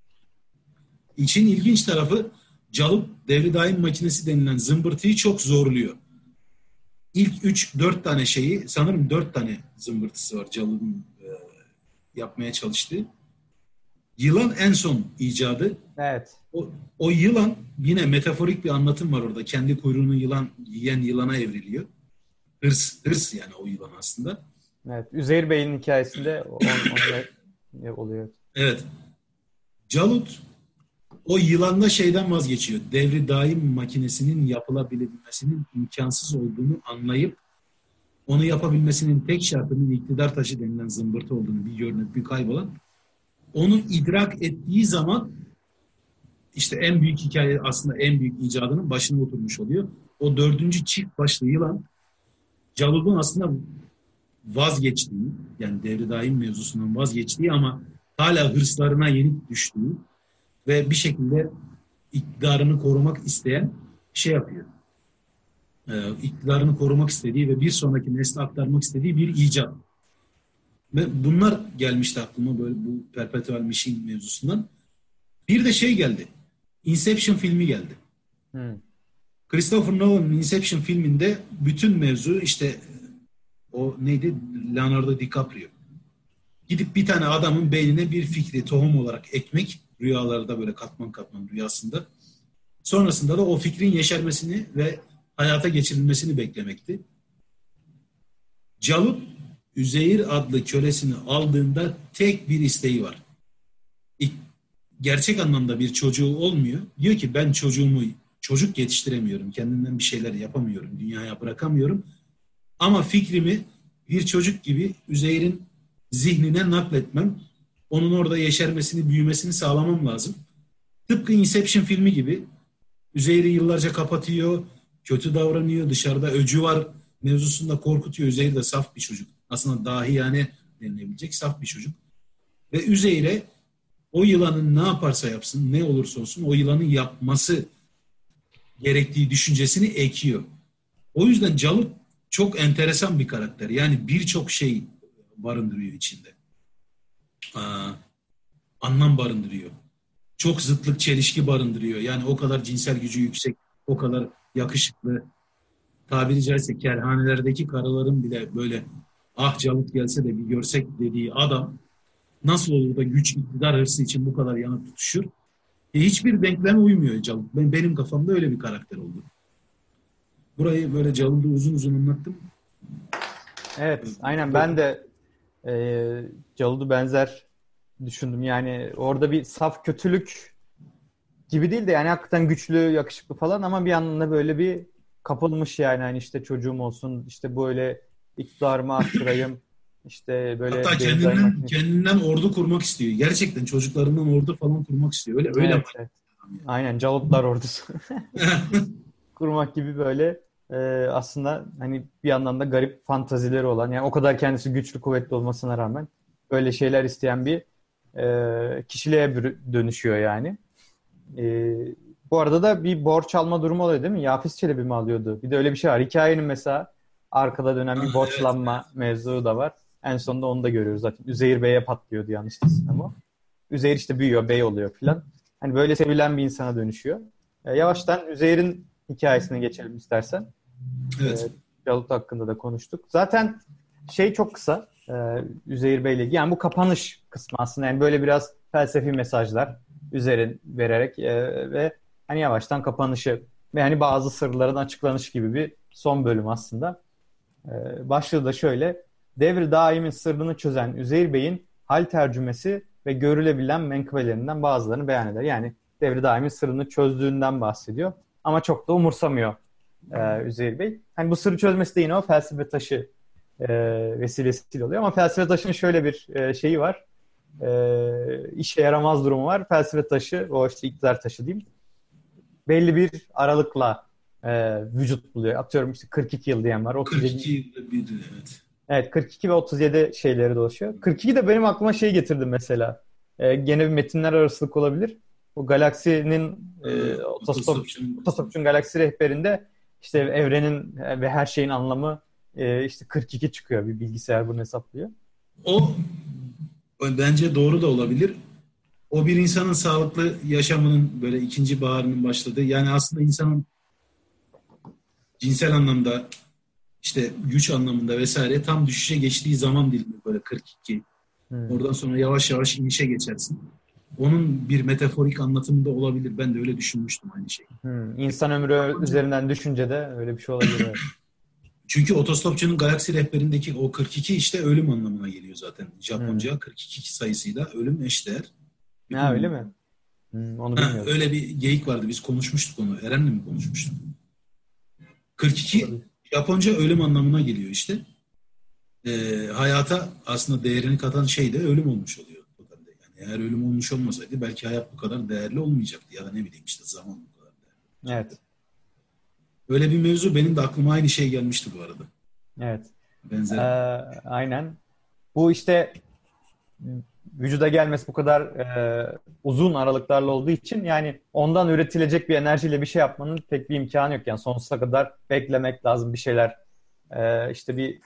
İçin ilginç tarafı, Calut devri daim makinesi denilen zımbırtıyı çok zorluyor. İlk 3-4 tane şeyi, sanırım 4 tane zımbırtısı var Calut'un yapmaya çalıştığı. Yılan en son icadı. Evet. O yılan, yine metaforik bir anlatım var orada. Kendi kuyruğunu yiyen yılana evriliyor. Hırs yani o yılan aslında. Evet. Üzeyir Bey'in hikayesinde oluyor. Evet. Calut o yılanda şeyden vazgeçiyor. Devri daim makinesinin yapılabilmesinin imkansız olduğunu anlayıp onu yapabilmesinin tek şartının iktidar taşı denilen zımbırtı olduğunu bir görünüp bir kaybolan. Onu idrak ettiği zaman işte en büyük hikaye, aslında en büyük icadının başına oturmuş oluyor. O dördüncü çift başlı yılan Calud'un aslında vazgeçtiği, yani devri daim mevzusundan vazgeçtiği ama hala hırslarına yenik düştüğü ve bir şekilde iktidarını korumak isteyen şey yapıyor. İktidarını korumak istediği ve bir sonraki nesle aktarmak istediği bir icat. Ve bunlar gelmişti aklıma böyle bu Perpetual Machine mevzusundan. Bir de şey geldi. Inception filmi geldi. Christopher Nolan'ın Inception filminde bütün mevzu işte o neydi? Leonardo DiCaprio. Gidip bir tane adamın beynine bir fikri tohum olarak ekmek, rüyalarda böyle katman katman rüyasında. Sonrasında da o fikrin yeşermesini ve hayata geçirilmesini beklemekti. Calud, Üzeyir adlı kölesini aldığında tek bir isteği var. Gerçek anlamda bir çocuğu olmuyor. Diyor ki ben çocuğumu çocuk yetiştiremiyorum. Kendimden bir şeyler yapamıyorum. Dünyaya bırakamıyorum. Ama fikrimi bir çocuk gibi Üzeyir'in zihnine nakletmem, onun orada yeşermesini, büyümesini sağlamam lazım. Tıpkı Inception filmi gibi Üzeyir'i yıllarca kapatıyor, kötü davranıyor, dışarıda öcü var mevzusunda korkutuyor. Üzeyir de saf bir çocuk. Aslında dahi yani denilebilecek saf bir çocuk. Ve Üzeyir'e o yılanın ne yaparsa yapsın, ne olursa olsun o yılanın yapması gerektiği düşüncesini ekiyor. O yüzden Calud çok enteresan bir karakter. Yani birçok şey barındırıyor içinde. Anlam barındırıyor. Çok zıtlık, çelişki barındırıyor. Yani o kadar cinsel gücü yüksek, o kadar yakışıklı, tabiri caizse kerhanelerdeki karıların bile böyle ah Calud gelse de bir görsek dediği adam nasıl olur da güç, iktidar hırsı için bu kadar yanıp tutuşur? Hiçbir denkleme uymuyor Calud. Benim kafamda öyle bir karakter oldu. Burayı böyle Calud'u uzun uzun anlattım. Evet, aynen ben de Calud'u benzer düşündüm. Yani orada bir saf kötülük gibi değil de yani hakikaten güçlü, yakışıklı falan ama bir yandan da böyle bir kapılmış yani hani işte çocuğum olsun, işte böyle iktidarımı arttırayım, işte böyle Hatta kendinden ordu kurmak istiyor. Gerçekten çocuklarından ordu falan kurmak istiyor. Öyle Evet, evet. Aynen Calutlar ordusu kurmak gibi böyle aslında hani bir yandan da garip fantazileri olan yani o kadar kendisi güçlü kuvvetli olmasına rağmen böyle şeyler isteyen bir kişiliğe dönüşüyor yani. Bu arada da bir borç alma durumu oluyor değil mi? Yafis Çelebi mi alıyordu? Bir de öyle bir şey var. Hikayenin mesela arkada dönen bir borçlanma mevzu da var. En sonunda onu da görüyoruz zaten. Üzeyir Bey'e patlıyordu yanlış değilsem o. Üzeyir işte büyüyor, bey oluyor filan. Hani böyle sevilen bir insana dönüşüyor. Yavaştan Üzeyir'in hikayesine geçelim istersen. Evet. Calut hakkında da konuştuk. Zaten şey çok kısa. Üzeyir Bey'le ilgili. Yani bu kapanış kısmı aslında. Yani böyle biraz felsefi mesajlar üzerine vererek ve hani yavaştan kapanışı ve hani bazı sırların açıklanışı gibi bir son bölüm aslında. Başlığı da şöyle. Devri daimin sırrını çözen Üzeyir Bey'in hal tercümesi ve görülebilen menkıbelerinden bazılarını beyan eder. Yani devri daimin sırrını çözdüğünden bahsediyor. Ama çok da umursamıyor Üzeyir Bey. Hani bu sırrı çözmesi de yine o felsefe taşı vesilesiyle oluyor. Ama felsefe taşının şöyle bir şeyi var. İşe yaramaz durumu var. Felsefe taşı, o işte iktidar taşı diyeyim. Belli bir aralıkla vücut buluyor. Atıyorum işte 42 yıl diyen var. 42 yılda bir evet. Evet 42 ve 37 şeyleri dolaşıyor. 42 de benim aklıma şey getirdi mesela. Gene bir metinler arasılık olabilir. Bu galaksinin Otostopçu'nun galaksi rehberinde işte evrenin ve her şeyin anlamı işte 42 çıkıyor. Bir bilgisayar bunu hesaplıyor. O bence doğru da olabilir. O bir insanın sağlıklı yaşamının böyle ikinci baharının başladığı, yani aslında insanın cinsel anlamda işte güç anlamında vesaire tam düşüşe geçtiği zaman dilimi böyle 42. Oradan sonra yavaş yavaş inişe geçersin. Onun bir metaforik anlatımı da olabilir. Ben de öyle düşünmüştüm aynı şeyi. İnsan ömrü üzerinden düşünce de öyle bir şey olabilir. Evet. Çünkü Otostopçu'nun galaksi rehberindeki o 42 işte ölüm anlamına geliyor zaten. Japonca 42 sayısıyla ölüm eşdeğer. Ha öyle mi? Onu bilmiyordum. Öyle bir geyik vardı. Biz konuşmuştuk onu. Eren'le mi konuşmuştuk? 42 Japonca ölüm anlamına geliyor işte. Hayata aslında değerini katan şey de ölüm olmuş oluyor. Yani Eğer ölüm olmuş olmasaydı belki hayat bu kadar değerli olmayacaktı. Ya da ne bileyim işte zaman bu kadar değerli olacaktı. Evet. Öyle bir mevzu, benim de aklıma aynı şey gelmişti bu arada. Evet. Ee, Benzer. aynen. Bu işte vücuda gelmesi bu kadar uzun aralıklarla olduğu için yani ondan üretilecek bir enerjiyle bir şey yapmanın pek bir imkanı yok. Yani sonsuza kadar beklemek lazım bir şeyler. İşte bir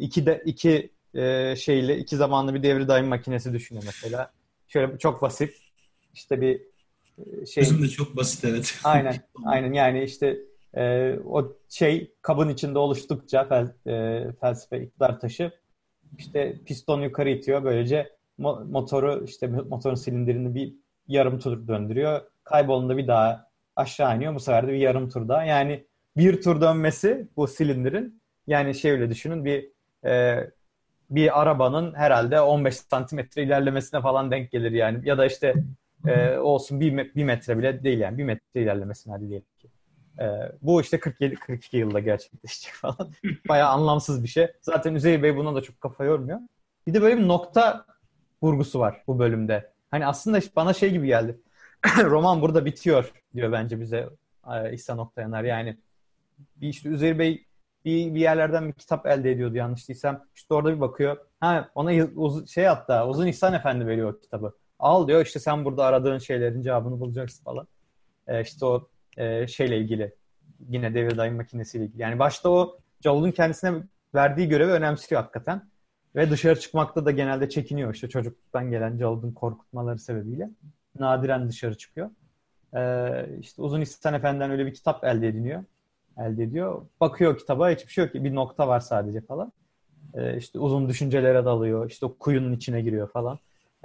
iki zamanlı bir devri daim makinesi düşünüyor mesela. Şöyle çok basit. İşte bir Çözüm şeyin de çok basit, evet. aynen yani işte o şey kabın içinde oluştukça felsefe iktidar taşı işte piston yukarı itiyor. Böylece motoru işte motorun silindirini bir yarım tur döndürüyor. Kaybolduğunda bir daha aşağı iniyor. Bu sefer de bir yarım tur daha. Yani bir tur dönmesi bu silindirin yani şey öyle düşünün e, bir arabanın herhalde 15 santimetre ilerlemesine falan denk gelir yani. Ya da işte olsun bir metre bile değil yani. Bir metre ilerlemesine hadi diyelim ki. Bu işte 47-42 yılda gerçekleşecek falan. Bayağı anlamsız bir şey. Zaten Üzeyir Bey buna da çok kafa yormuyor. Bir de böyle bir nokta vurgusu var bu bölümde. Hani aslında bana şey gibi geldi. Roman burada bitiyor diyor bence bize İhsan Oktayanar. Yani bir işte Üzeyir Bey bir yerlerden bir kitap elde ediyordu yanlış değilsem. İşte orada bir bakıyor. Ha ona hatta Uzun İhsan Efendi veriyor o kitabı. Al diyor işte sen burada aradığın şeylerin cevabını bulacaksın falan. İşte o şeyle ilgili yine devir daim makinesiyle ilgili. Yani başta o Joel'un kendisine verdiği görevi önemsiyor hakikaten. Ve dışarı çıkmakta da genelde çekiniyor işte çocukluktan gelen Joel'un korkutmaları sebebiyle. Nadiren dışarı çıkıyor. İşte Uzun İhsan Efendi'den öyle bir kitap elde ediyor. Bakıyor kitaba hiçbir şey yok ki bir nokta var sadece falan. İşte uzun düşüncelere dalıyor. İşte o kuyunun içine giriyor falan.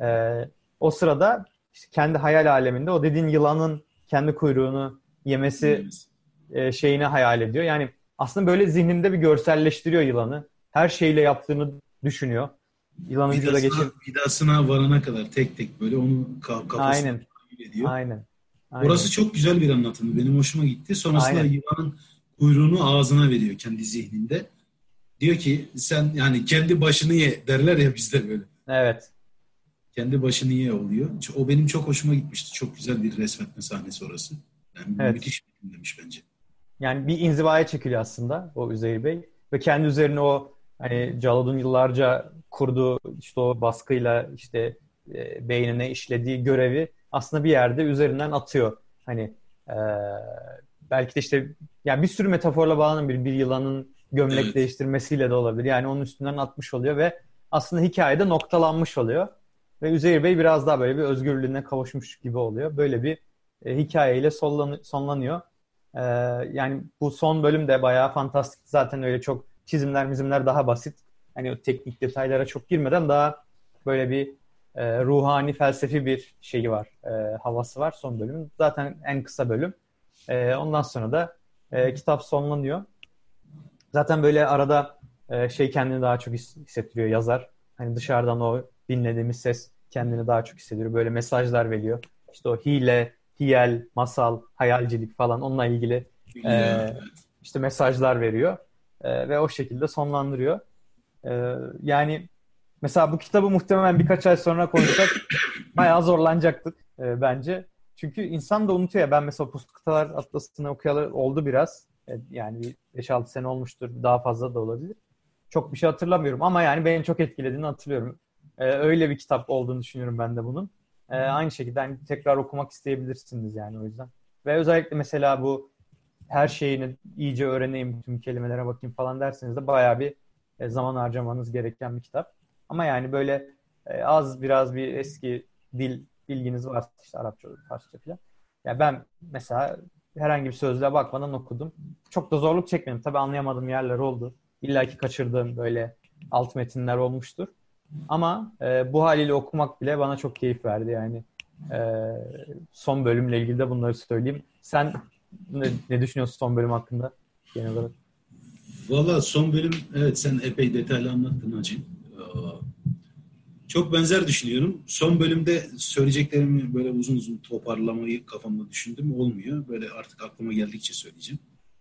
O sırada işte kendi hayal aleminde o dediğin yılanın kendi kuyruğunu yemesi şeyini hayal ediyor. Yani aslında böyle zihninde bir görselleştiriyor yılanı. Her şeyle yaptığını düşünüyor. Yılanı vücuda Vidasına, geçir. vidasına varana kadar tek tek böyle onu kafasında Aynen. tahayyül ediyor. Aynen. Orası Aynen. çok güzel bir anlatımdı. Benim hoşuma gitti. Sonrasında Aynen. yılanın kuyruğunu ağzına veriyor kendi zihninde. Diyor ki sen yani kendi başını ye derler ya bizde böyle. Evet. Kendi başını ye oluyor. O benim çok hoşuma gitmişti. Çok güzel bir resmetme sahnesi orası. Yani Evet. müthiş bir filmmiş bence. Yani bir inzivaya çekiliyor aslında o Üzeyir Bey. Ve kendi üzerine o hani Caladun yıllarca kurduğu işte o baskıyla işte beynine işlediği görevi aslında bir yerde üzerinden atıyor. Hani e, belki de işte yani bir sürü metaforla bağlanan bir yılanın gömlek Evet. değiştirmesiyle de olabilir. Yani onun üstünden atmış oluyor ve aslında hikayede noktalanmış oluyor. Ve Üzeyir Bey biraz daha böyle bir özgürlüğüne kavuşmuş gibi oluyor. Böyle bir hikayeyle sonlanıyor. Ee, Yani bu son bölüm de bayağı fantastik. Zaten öyle çok çizimler daha basit. Hani o teknik detaylara çok girmeden daha böyle bir ruhani, felsefi bir şeyi var. Havası var son bölümün. Zaten en kısa bölüm. Ondan sonra da kitap sonlanıyor. Zaten böyle arada şey kendini daha çok hissettiriyor yazar. Hani dışarıdan o dinlediğimiz ses kendini daha çok hissediyor. Böyle mesajlar veriyor. İşte o hile, hiyel, masal, hayalcilik falan onunla ilgili Ya, işte mesajlar veriyor. Ve o şekilde sonlandırıyor. Yani mesela bu kitabı muhtemelen birkaç ay sonra konuşsak bayağı zorlanacaktık bence. Çünkü insan da unutuyor ya. Ben mesela Puslu Kıtalar Atlası'nı okuyalı oldu biraz. Yani bir 5-6 sene olmuştur. Daha fazla da olabilir. Çok bir şey hatırlamıyorum ama yani beni çok etkilediğini hatırlıyorum. Öyle bir kitap olduğunu düşünüyorum ben de bunun. Aynı şekilde hani tekrar okumak isteyebilirsiniz yani o yüzden. Ve özellikle mesela bu her şeyini iyice öğreneyim, tüm kelimelere bakayım falan derseniz de bayağı bir zaman harcamanız gereken bir kitap. Ama yani böyle az biraz bir eski dil bilginiz varsa işte Arapça, Farsça falan. Ya ben mesela herhangi bir sözlüğe bakmadan okudum. Çok da zorluk çekmedim. Tabii anlayamadığım yerler oldu. İlla ki kaçırdığım böyle alt metinler olmuştur. Ama bu haliyle okumak bile bana çok keyif verdi yani. E, Son bölümle ilgili de bunları söyleyeyim. Sen ne düşünüyorsun son bölüm hakkında genel olarak? valla son bölüm, evet, sen epey detaylı anlattın Hacı. Çok benzer düşünüyorum. Son bölümde söyleyeceklerimi böyle uzun uzun toparlamayı kafamda düşündüm. Olmuyor. Böyle artık aklıma geldikçe söyleyeceğim.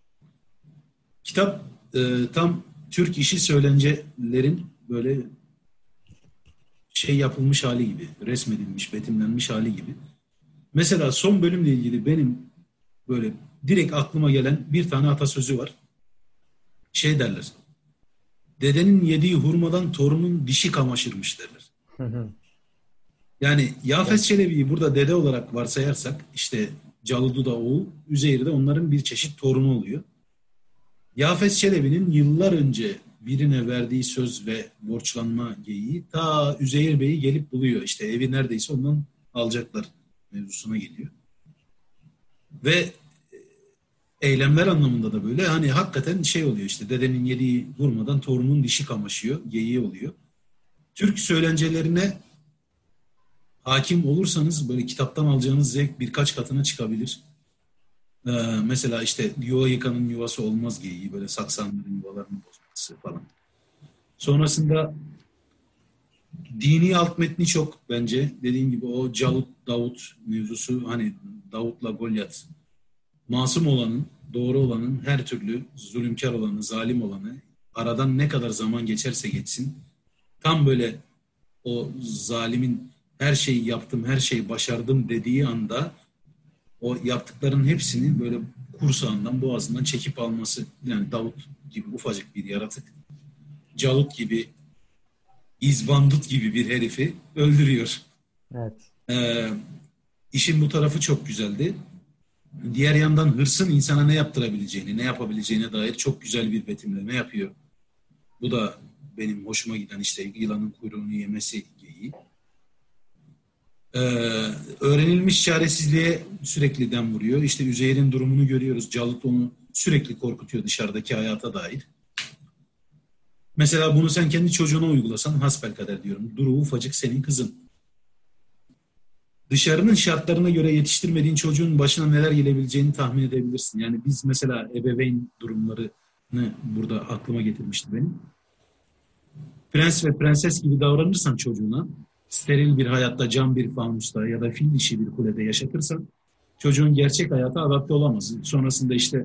Kitap tam Türk işi söylencelerin böyle şey yapılmış hali gibi, resmedilmiş, betimlenmiş hali gibi. Mesela son bölümle ilgili benim böyle direkt aklıma gelen bir tane atasözü var. Şey derler, dedenin yediği hurmadan torunun dişi kamaşırmış derler. Hı hı. Yani Evet. Yafes Çelebi'yi burada dede olarak varsayarsak işte Caludu da oğul, Üzeyir de onların bir çeşit torunu oluyor. Yafes Çelebi'nin yıllar önce birine verdiği söz ve borçlanma geyiği ta Üzeyir Bey'i gelip buluyor. İşte evi neredeyse ondan alacaklar mevzusuna geliyor. Ve eylemler anlamında da böyle hani hakikaten şey oluyor işte dedenin yediği vurmadan torunun dişi kamaşıyor, geyiği oluyor. Türk söylencelerine hakim olursanız böyle kitaptan alacağınız zevk birkaç katına çıkabilir. Mesela işte yuva yıkanın yuvası olmaz geyiği, böyle saksanların yuvalarını bozması falan. Sonrasında dini alt metni çok bence. Dediğim gibi o Calut Davut mevzusu, hani Davut'la Golyat. Masum olanın, doğru olanın, her türlü zulümkar olanı, zalim olanı, aradan ne kadar zaman geçerse geçsin, tam böyle o zalimin her şeyi yaptım, her şeyi başardım dediği anda o yaptıklarının hepsini böyle kursağından, boğazından çekip alması. Yani Davut gibi ufacık bir yaratık, Calut gibi, İzbandut gibi bir herifi öldürüyor. Evet. Ee, işin bu tarafı çok güzeldi. Diğer yandan hırsın insana ne yaptırabileceğini, ne yapabileceğine dair çok güzel bir betimleme yapıyor. Bu da benim hoşuma giden, işte yılanın kuyruğunu yemesi geyiği. Ee, öğrenilmiş çaresizliğe sürekli dem vuruyor. İşte Üzeyir'in durumunu görüyoruz. Calut onu sürekli korkutuyor dışarıdaki hayata dair. Mesela bunu sen kendi çocuğuna uygulasan hasbelkader diyorum. Duru ufacık senin kızın. Dışarının şartlarına göre yetiştirmediğin çocuğun başına neler gelebileceğini tahmin edebilirsin. Yani biz mesela ebeveyn durumlarını burada aklıma getirmişti benim. Prens ve prenses gibi davranırsan çocuğuna, steril bir hayatta, cam bir fanusta ya da fil dişi bir kulede yaşatırsan, çocuğun gerçek hayata adapte olamaz. Sonrasında işte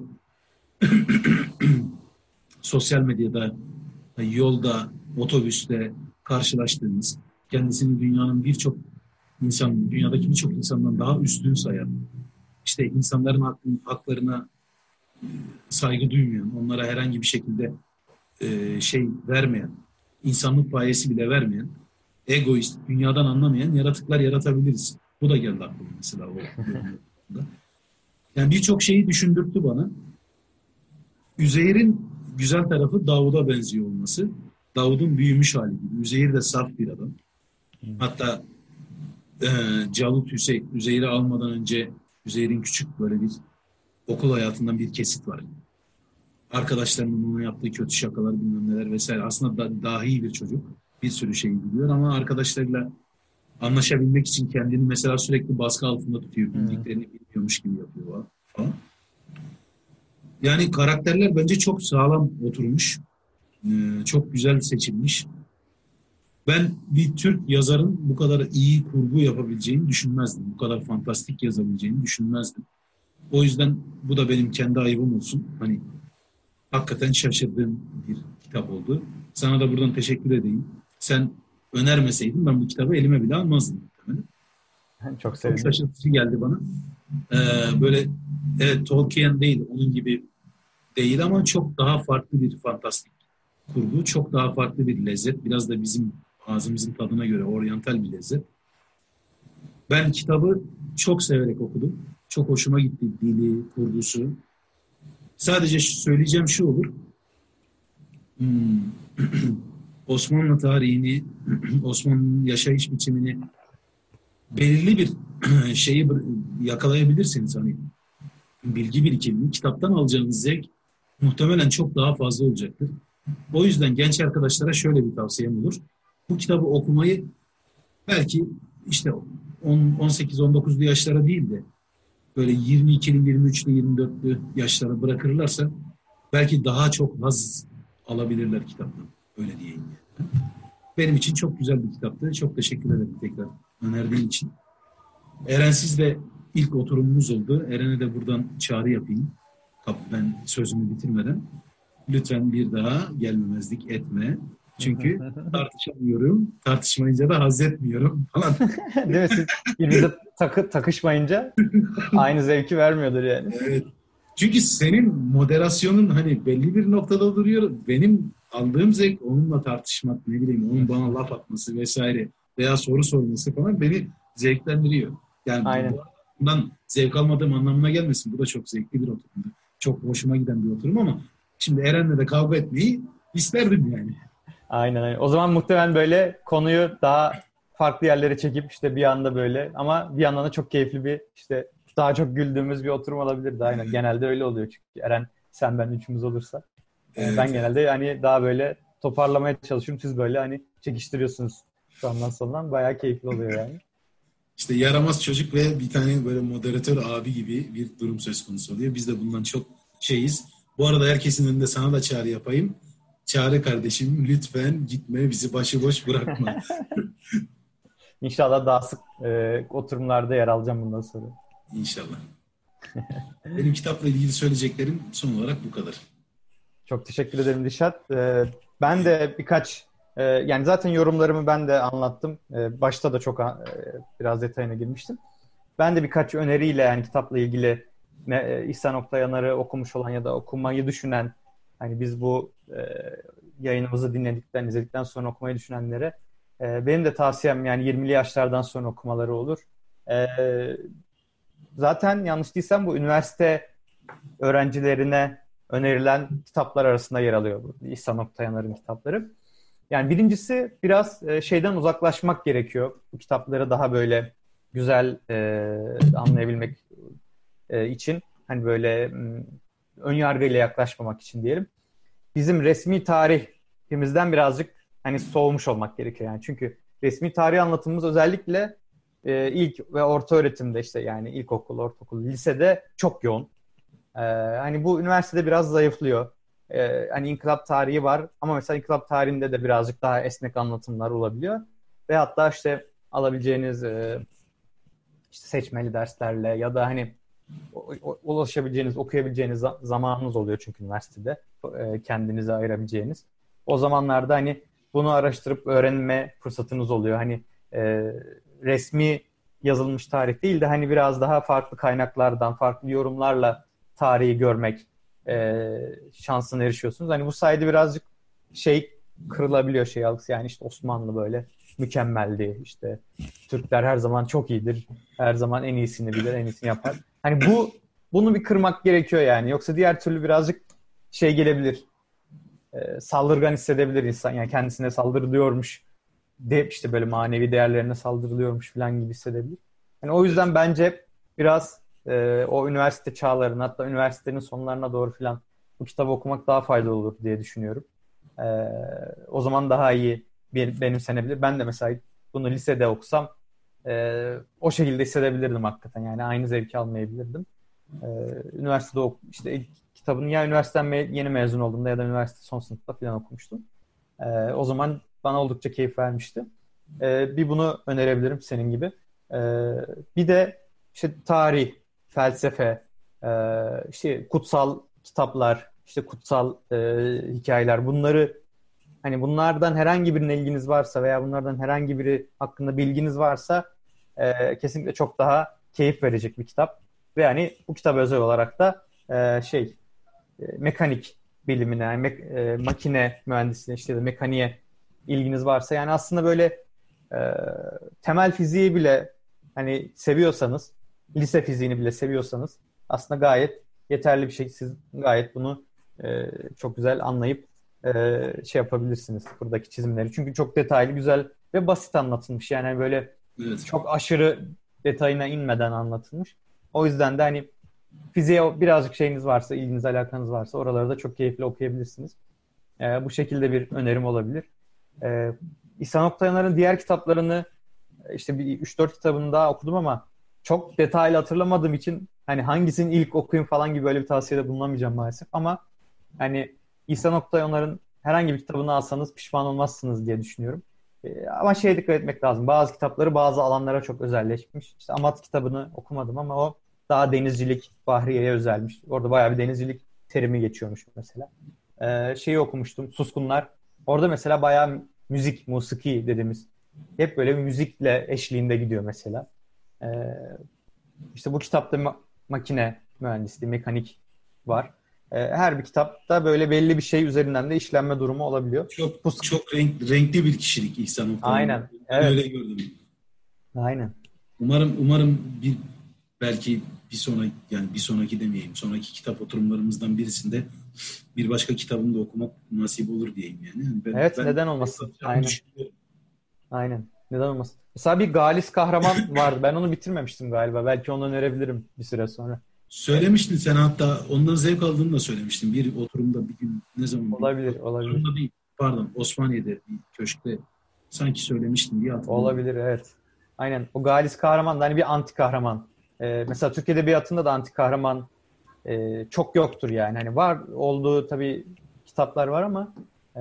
sosyal medyada, yolda, otobüste karşılaştığımız, kendisini dünyanın birçok dünyadaki birçok insandan daha üstün sayan, işte insanların haklarına saygı duymayan, onlara herhangi bir şekilde şey vermeyen, insanlık payesi bile vermeyen, egoist, dünyadan anlamayan yaratıklar yaratabiliriz. Bu da geldi aklıma mesela o bölümde. Yani birçok şeyi düşündürttü bana. Üzeyir'in güzel tarafı Davud'a benziyor olması. Davud'un büyümüş hali gibi. Üzeyir de saf bir adam. Hatta e, Calut Üzeyir'i almadan önce Üzeyir'in küçük böyle bir okul hayatından bir kesit var. Arkadaşlarının ona yaptığı kötü şakalar, bilmem neler vesaire. Aslında dahi bir çocuk. Bir sürü şey biliyor ama arkadaşlarıyla anlaşabilmek için kendini mesela sürekli baskı altında tutuyor. Hı. Bildiklerini bilmiyormuş gibi yapıyor falan. Yani karakterler bence çok sağlam oturmuş. Çok güzel seçilmiş. Ben bir Türk yazarın bu kadar iyi kurgu yapabileceğini düşünmezdim. Bu kadar fantastik yazabileceğini düşünmezdim. O yüzden bu da benim kendi ayıbım olsun. Hani hakikaten şaşırdığım bir kitap oldu. Sana da buradan teşekkür edeyim. Sen önermeseydin ben bu kitabı elime bile almazdım muhtemelen. Çok Çok sevindim. şaşırtıcı geldi bana. Böyle evet Tolkien değil, onun gibi değil ama çok daha farklı bir fantastik kurgu, çok daha farklı bir lezzet. Biraz da bizim ağzımızın tadına göre oryantal bir lezzet. Ben kitabı çok severek okudum. Çok hoşuma gitti dili, kurgusu. Sadece söyleyeceğim şu olur. Hmm. Osmanlı tarihini, Osmanlı'nın yaşayış biçimini belirli bir şeyi yakalayabilirsiniz. Hani bilgi birikimini, kitaptan alacağınız zevk muhtemelen çok daha fazla olacaktır. O yüzden genç arkadaşlara şöyle bir tavsiyem olur. Bu kitabı okumayı belki işte 18-19'lu yaşlara değil de böyle 22'li, 23'lü, 24'lü yaşlara bırakırlarsa belki daha çok haz alabilirler kitaptan. Öyle diyeyim. Benim için çok güzel bir kitaptı. Çok teşekkür ederim tekrar önerdiğin için. Erensiz de ilk oturumumuz oldu. Eren'e de buradan çağrı yapayım. Ben sözümü bitirmeden. Lütfen bir daha gelmemezlik etme. Çünkü tartışamıyorum. Tartışmayınca da haz etmiyorum falan. Değil mi? Siz birbirinize takışmayınca aynı zevki vermiyordur yani. Evet. Çünkü senin moderasyonun hani belli bir noktada duruyor. Benim aldığım zevk onunla tartışmak, ne bileyim onun bana laf atması vesaire veya soru sorması falan beni zevklendiriyor. Yani Aynen. bundan zevk almadığım anlamına gelmesin. Bu da çok zevkli bir oturumdu. Çok hoşuma giden bir oturum ama şimdi Eren'le de kavga etmeyi isterdim yani. Aynen, aynen. O zaman muhtemelen böyle konuyu daha farklı yerlere çekip işte bir anda böyle, ama bir yandan da çok keyifli bir, işte daha çok güldüğümüz bir oturum olabilirdi. Aynen. Genelde öyle oluyor çünkü Eren, sen, ben üçümüz olursa. Ben Evet, evet. genelde hani daha böyle toparlamaya çalışıyorum. Siz böyle hani çekiştiriyorsunuz şu andan sonradan. Bayağı keyifli oluyor yani. İşte yaramaz çocuk ve bir tane böyle moderatör abi gibi bir durum söz konusu oluyor. Biz de bundan çok şeyiz. Bu arada herkesin önünde sana da çağrı yapayım. Çağrı kardeşim lütfen gitme, bizi başıboş bırakma. İnşallah daha sık oturumlarda yer alacağım bundan sonra. İnşallah. Benim kitapla ilgili söyleyeceklerim son olarak bu kadar. Çok teşekkür ederim Dişat. Ben de birkaç, yani zaten yorumlarımı ben de anlattım. Başta da çok biraz detayına girmiştim. Ben de birkaç öneriyle, yani kitapla ilgili İhsan Oktay Yanar'ı okumuş olan ya da okumayı düşünen, hani biz bu yayınımızı dinledikten, izledikten sonra okumayı düşünenlere benim de tavsiyem, yani 20'li yaşlardan sonra okumaları olur. E, Zaten yanlış değilsem bu üniversite öğrencilerine önerilen kitaplar arasında yer alıyor bu İhsan Oktayanar'ın kitapları. Yani birincisi biraz şeyden uzaklaşmak gerekiyor. Bu kitapları daha böyle güzel anlayabilmek için. Hani böyle ön yargıyla yaklaşmamak için diyelim. Bizim resmi tarihimizden birazcık hani soğumuş olmak gerekiyor yani. Çünkü resmi tarih anlatımımız özellikle ilk ve orta öğretimde, işte yani ilkokul, ortaokul, lisede çok yoğun. Hani bu üniversitede biraz zayıflıyor. Hani inkılap tarihi var ama mesela inkılap tarihinde de birazcık daha esnek anlatımlar olabiliyor. Ve hatta işte alabileceğiniz işte seçmeli derslerle ya da hani ulaşabileceğiniz, okuyabileceğiniz zamanınız oluyor çünkü üniversitede kendinize ayırabileceğiniz. O zamanlarda hani bunu araştırıp öğrenme fırsatınız oluyor. Hani e, resmi yazılmış tarih değil de hani biraz daha farklı kaynaklardan, farklı yorumlarla tarihi görmek şansına erişiyorsunuz. Hani bu sayede birazcık şey kırılabiliyor, şey algısı. Yani işte Osmanlı böyle mükemmeldi. İşte Türkler her zaman çok iyidir. Her zaman en iyisini bilir, en iyisini yapar. Hani bunu bir kırmak gerekiyor yani. Yoksa diğer türlü birazcık şey gelebilir. Saldırgan hissedebilir insan. Yani kendisine saldırılıyormuş de işte böyle manevi değerlerine saldırılıyormuş falan gibi hissedebilir. Yani o yüzden bence biraz o üniversite çağlarına, hatta üniversitenin sonlarına doğru falan bu kitabı okumak daha faydalı olur diye düşünüyorum. E, O zaman daha iyi benimsenebilir. Ben de mesela bunu lisede okusam o şekilde hissedebilirdim hakikaten. Yani aynı zevki almayabilirdim. E, Üniversitede işte ilk kitabını ya üniversiteden yeni mezun olduğumda ya da üniversite son sınıfta falan okumuştum. O zaman bana oldukça keyif vermişti. Bir bunu önerebilirim senin gibi. Bir de işte tarih, felsefe, işte kutsal kitaplar, işte kutsal hikayeler, bunları hani bunlardan herhangi birine ilginiz varsa veya bunlardan herhangi biri hakkında bilginiz varsa kesinlikle çok daha keyif verecek bir kitap. Ve hani bu kitaba özel olarak da mekanik bilimine, yani makine mühendisliğine, işte de mekaniğe ilginiz varsa, yani aslında böyle e, temel fiziği bile hani seviyorsanız, lise fiziğini bile seviyorsanız aslında gayet yeterli bir şey. Siz gayet bunu çok güzel anlayıp şey yapabilirsiniz buradaki çizimleri. Çünkü çok detaylı, güzel ve basit anlatılmış. Yani böyle Evet. çok aşırı detayına inmeden anlatılmış. O yüzden de hani fiziğe birazcık şeyiniz varsa, ilginiz, alakanız varsa oraları da çok keyifli okuyabilirsiniz. Bu şekilde bir önerim olabilir. Ee, İhsan Oktayanar'ın diğer kitaplarını işte bir 3-4 kitabını daha okudum ama çok detaylı hatırlamadığım için hani hangisini ilk okuyun falan gibi böyle bir tavsiyede bulunamayacağım maalesef. Ama hani İhsan Oktayanar'ın herhangi bir kitabını alsanız pişman olmazsınız diye düşünüyorum. Ama şeye dikkat etmek lazım. Bazı kitapları bazı alanlara çok özelleşmiş. İşte Amat kitabını okumadım ama o daha denizcilik, Bahriye'ye özelmiş. Orada bayağı bir denizcilik terimi geçiyormuş mesela. Şeyi okumuştum, Suskunlar. Orada mesela bayağı müzik, musiki dediğimiz hep böyle bir müzikle eşliğinde gidiyor mesela. Ee, işte bu kitapta makine mühendisliği, mekanik var. Her bir kitapta böyle belli bir şey üzerinden de işlenme durumu olabiliyor. Çok Bu çok renkli bir kişilik İhsan Oktar'ın. aynen. Ben Evet. öyle gördüm. Aynen. Umarım belki bir sonraki demeyeyim. Sonraki kitap oturumlarımızdan birisinde bir başka kitabını da okumak nasip olur diyeyim yani. Evet, Ben neden olmasın? Aynen. düşünüyorum. Aynen. Neden olmasın? Mesela bir Galis Kahraman vardı. Ben onu bitirmemiştim galiba. Belki onu önerebilirim bir süre sonra. Söylemiştin sen, hatta ondan zevk aldığını da söylemiştin. Bir oturumda bir gün, ne zaman, bir Olabilir, olabilir. oturumda değil, pardon, Osmaniye'de bir köşkte sanki söylemiştin diye hatırlıyorum. Olabilir, evet. Aynen. O Galis Kahraman da hani bir anti kahraman. Mesela Türk Edebiyatı'nda da anti kahraman çok yoktur yani. Hani var olduğu tabii kitaplar var ama e,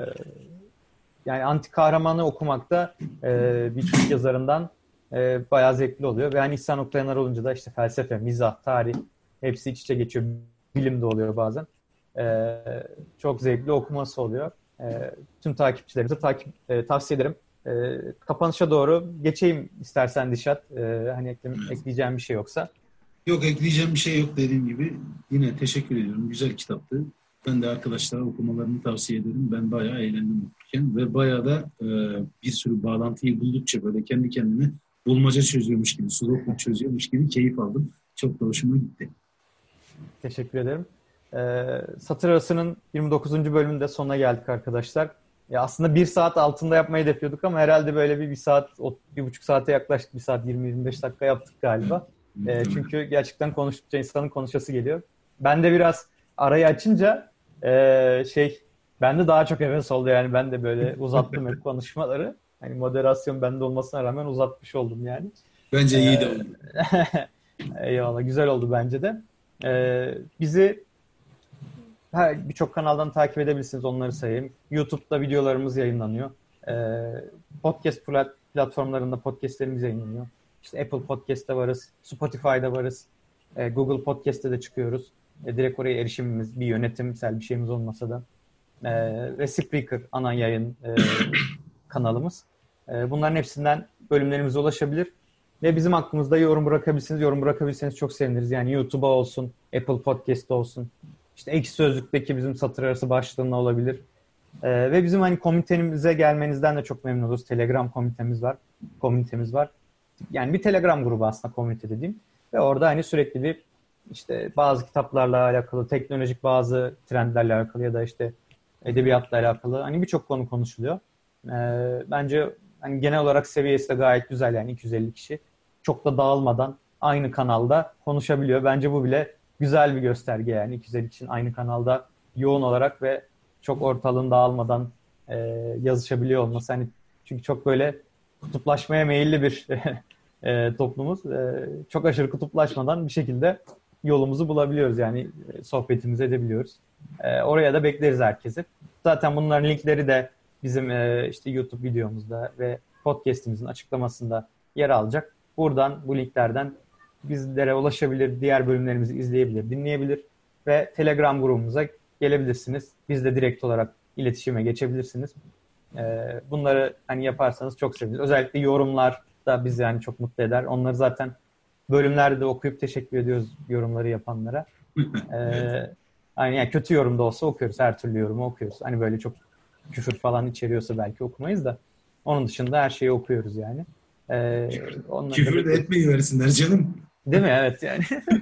yani anti kahramanı okumak da bir Türk yazarından bayağı zevkli oluyor. Ve hani İhsan Oktayanar olunca da işte felsefe, mizah, tarih hepsi iç içe geçiyor. Bilim de oluyor bazen. E, çok zevkli okuması oluyor. Tüm takipçilerimize tavsiye ederim. Kapanışa doğru geçeyim istersen Dişat. Hani ekleyeceğim bir şey yoksa. Yok, ekleyeceğim bir şey yok, dediğim gibi. Yine teşekkür ediyorum. Güzel kitaptı. Ben de arkadaşlara okumalarını tavsiye ederim. Ben bayağı eğlendim okurken ve bayağı da bir sürü bağlantıyı buldukça böyle kendi kendine bulmaca çözüyormuş gibi, sudoku çözüyormuş gibi keyif aldım. Çok da hoşuma gitti. Teşekkür ederim. Satır Arası'nın 29. bölümünde sonuna geldik arkadaşlar. Ya aslında bir saat altında yapmayı hedefliyorduk ama herhalde böyle bir saat, 1,5 saate yaklaştık. 1 saat 20-25 dakika yaptık galiba. Çünkü gerçekten konuştukça insanın konuşası geliyor. Ben de biraz arayı açınca bende daha çok heves oldu yani. Ben de böyle uzattım hep konuşmaları. Hani moderasyon bende olmasına rağmen uzatmış oldum yani. Bence iyi de Ee, oldu. Eyvallah, güzel oldu bence de. Bizi birçok kanaldan takip edebilirsiniz, onları sayayım. YouTube'da videolarımız yayınlanıyor. Podcast platformlarında podcastlerimiz yayınlanıyor. İşte Apple Podcast'te varız, Spotify'da varız, Google Podcast'te de çıkıyoruz. Direkt oraya erişimimiz, bir yönetimsel bir şeyimiz olmasa da. Ve Spreaker ana yayın kanalımız. Bunların hepsinden bölümlerimize ulaşabilir. Ve bizim hakkımızda yorum bırakabilirsiniz. Yorum bırakabilirseniz çok seviniriz. Yani YouTube'a olsun, Apple Podcast'ta olsun. İşte Ekşi Sözlük'teki bizim satır arası başlığına olabilir. Ve bizim hani komitemize gelmenizden de çok memnun oluruz. Telegram komünitemiz var. Yani bir Telegram grubu aslında komünite dediğim. Ve orada hani sürekli bir işte bazı kitaplarla alakalı, teknolojik bazı trendlerle alakalı ya da işte edebiyatla alakalı hani birçok konu konuşuluyor. Bence hani genel olarak seviyesi de gayet güzel yani 250 kişi. Çok da dağılmadan aynı kanalda konuşabiliyor. Bence bu bile güzel bir gösterge yani 250 kişinin aynı kanalda yoğun olarak ve çok ortalığın dağılmadan yazışabiliyor olması. Hani çünkü çok böyle kutuplaşmaya meyilli bir toplumuz. Çok aşırı kutuplaşmadan bir şekilde yolumuzu bulabiliyoruz yani sohbetimizi edebiliyoruz. Oraya da bekleriz herkesi. Zaten bunların linkleri de bizim işte YouTube videomuzda ve podcast'imizin açıklamasında yer alacak. Buradan bu linklerden bizlere ulaşabilir, diğer bölümlerimizi izleyebilir, dinleyebilir ve Telegram grubumuza gelebilirsiniz. Bizle direkt olarak iletişime geçebilirsiniz. Bunları hani yaparsanız çok seviniriz. Özellikle yorumlar da bizi yani çok mutlu eder. Onları zaten bölümlerde de okuyup teşekkür ediyoruz yorumları yapanlara. Evet. Yani kötü yorum da olsa okuyoruz. Her türlü yorumu okuyoruz. Hani böyle çok küfür falan içeriyorsa belki okumayız da. Onun dışında her şeyi okuyoruz yani. Onları da Küfür de bekleriz. etmeyi versinler canım. Değil mi? Evet yani.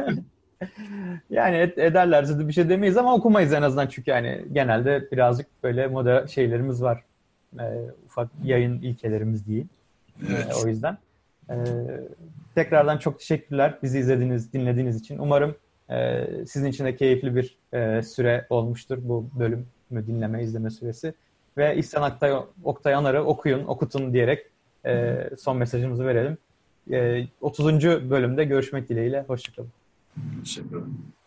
Yani ederlerse de bir şey demeyiz ama okumayız en azından çünkü yani genelde birazcık böyle moda şeylerimiz var. Ufak yayın ilkelerimiz değil. O Evet. yüzden. Ee, tekrardan çok teşekkürler bizi izlediğiniz, dinlediğiniz için. Umarım sizin için de keyifli bir süre olmuştur bu bölümü dinleme, izleme süresi. Ve İhsan Oktay Anar'ı okuyun, okutun diyerek son mesajımızı verelim. 30. bölümde görüşmek dileğiyle. Hoşçakalın. Teşekkür ederim.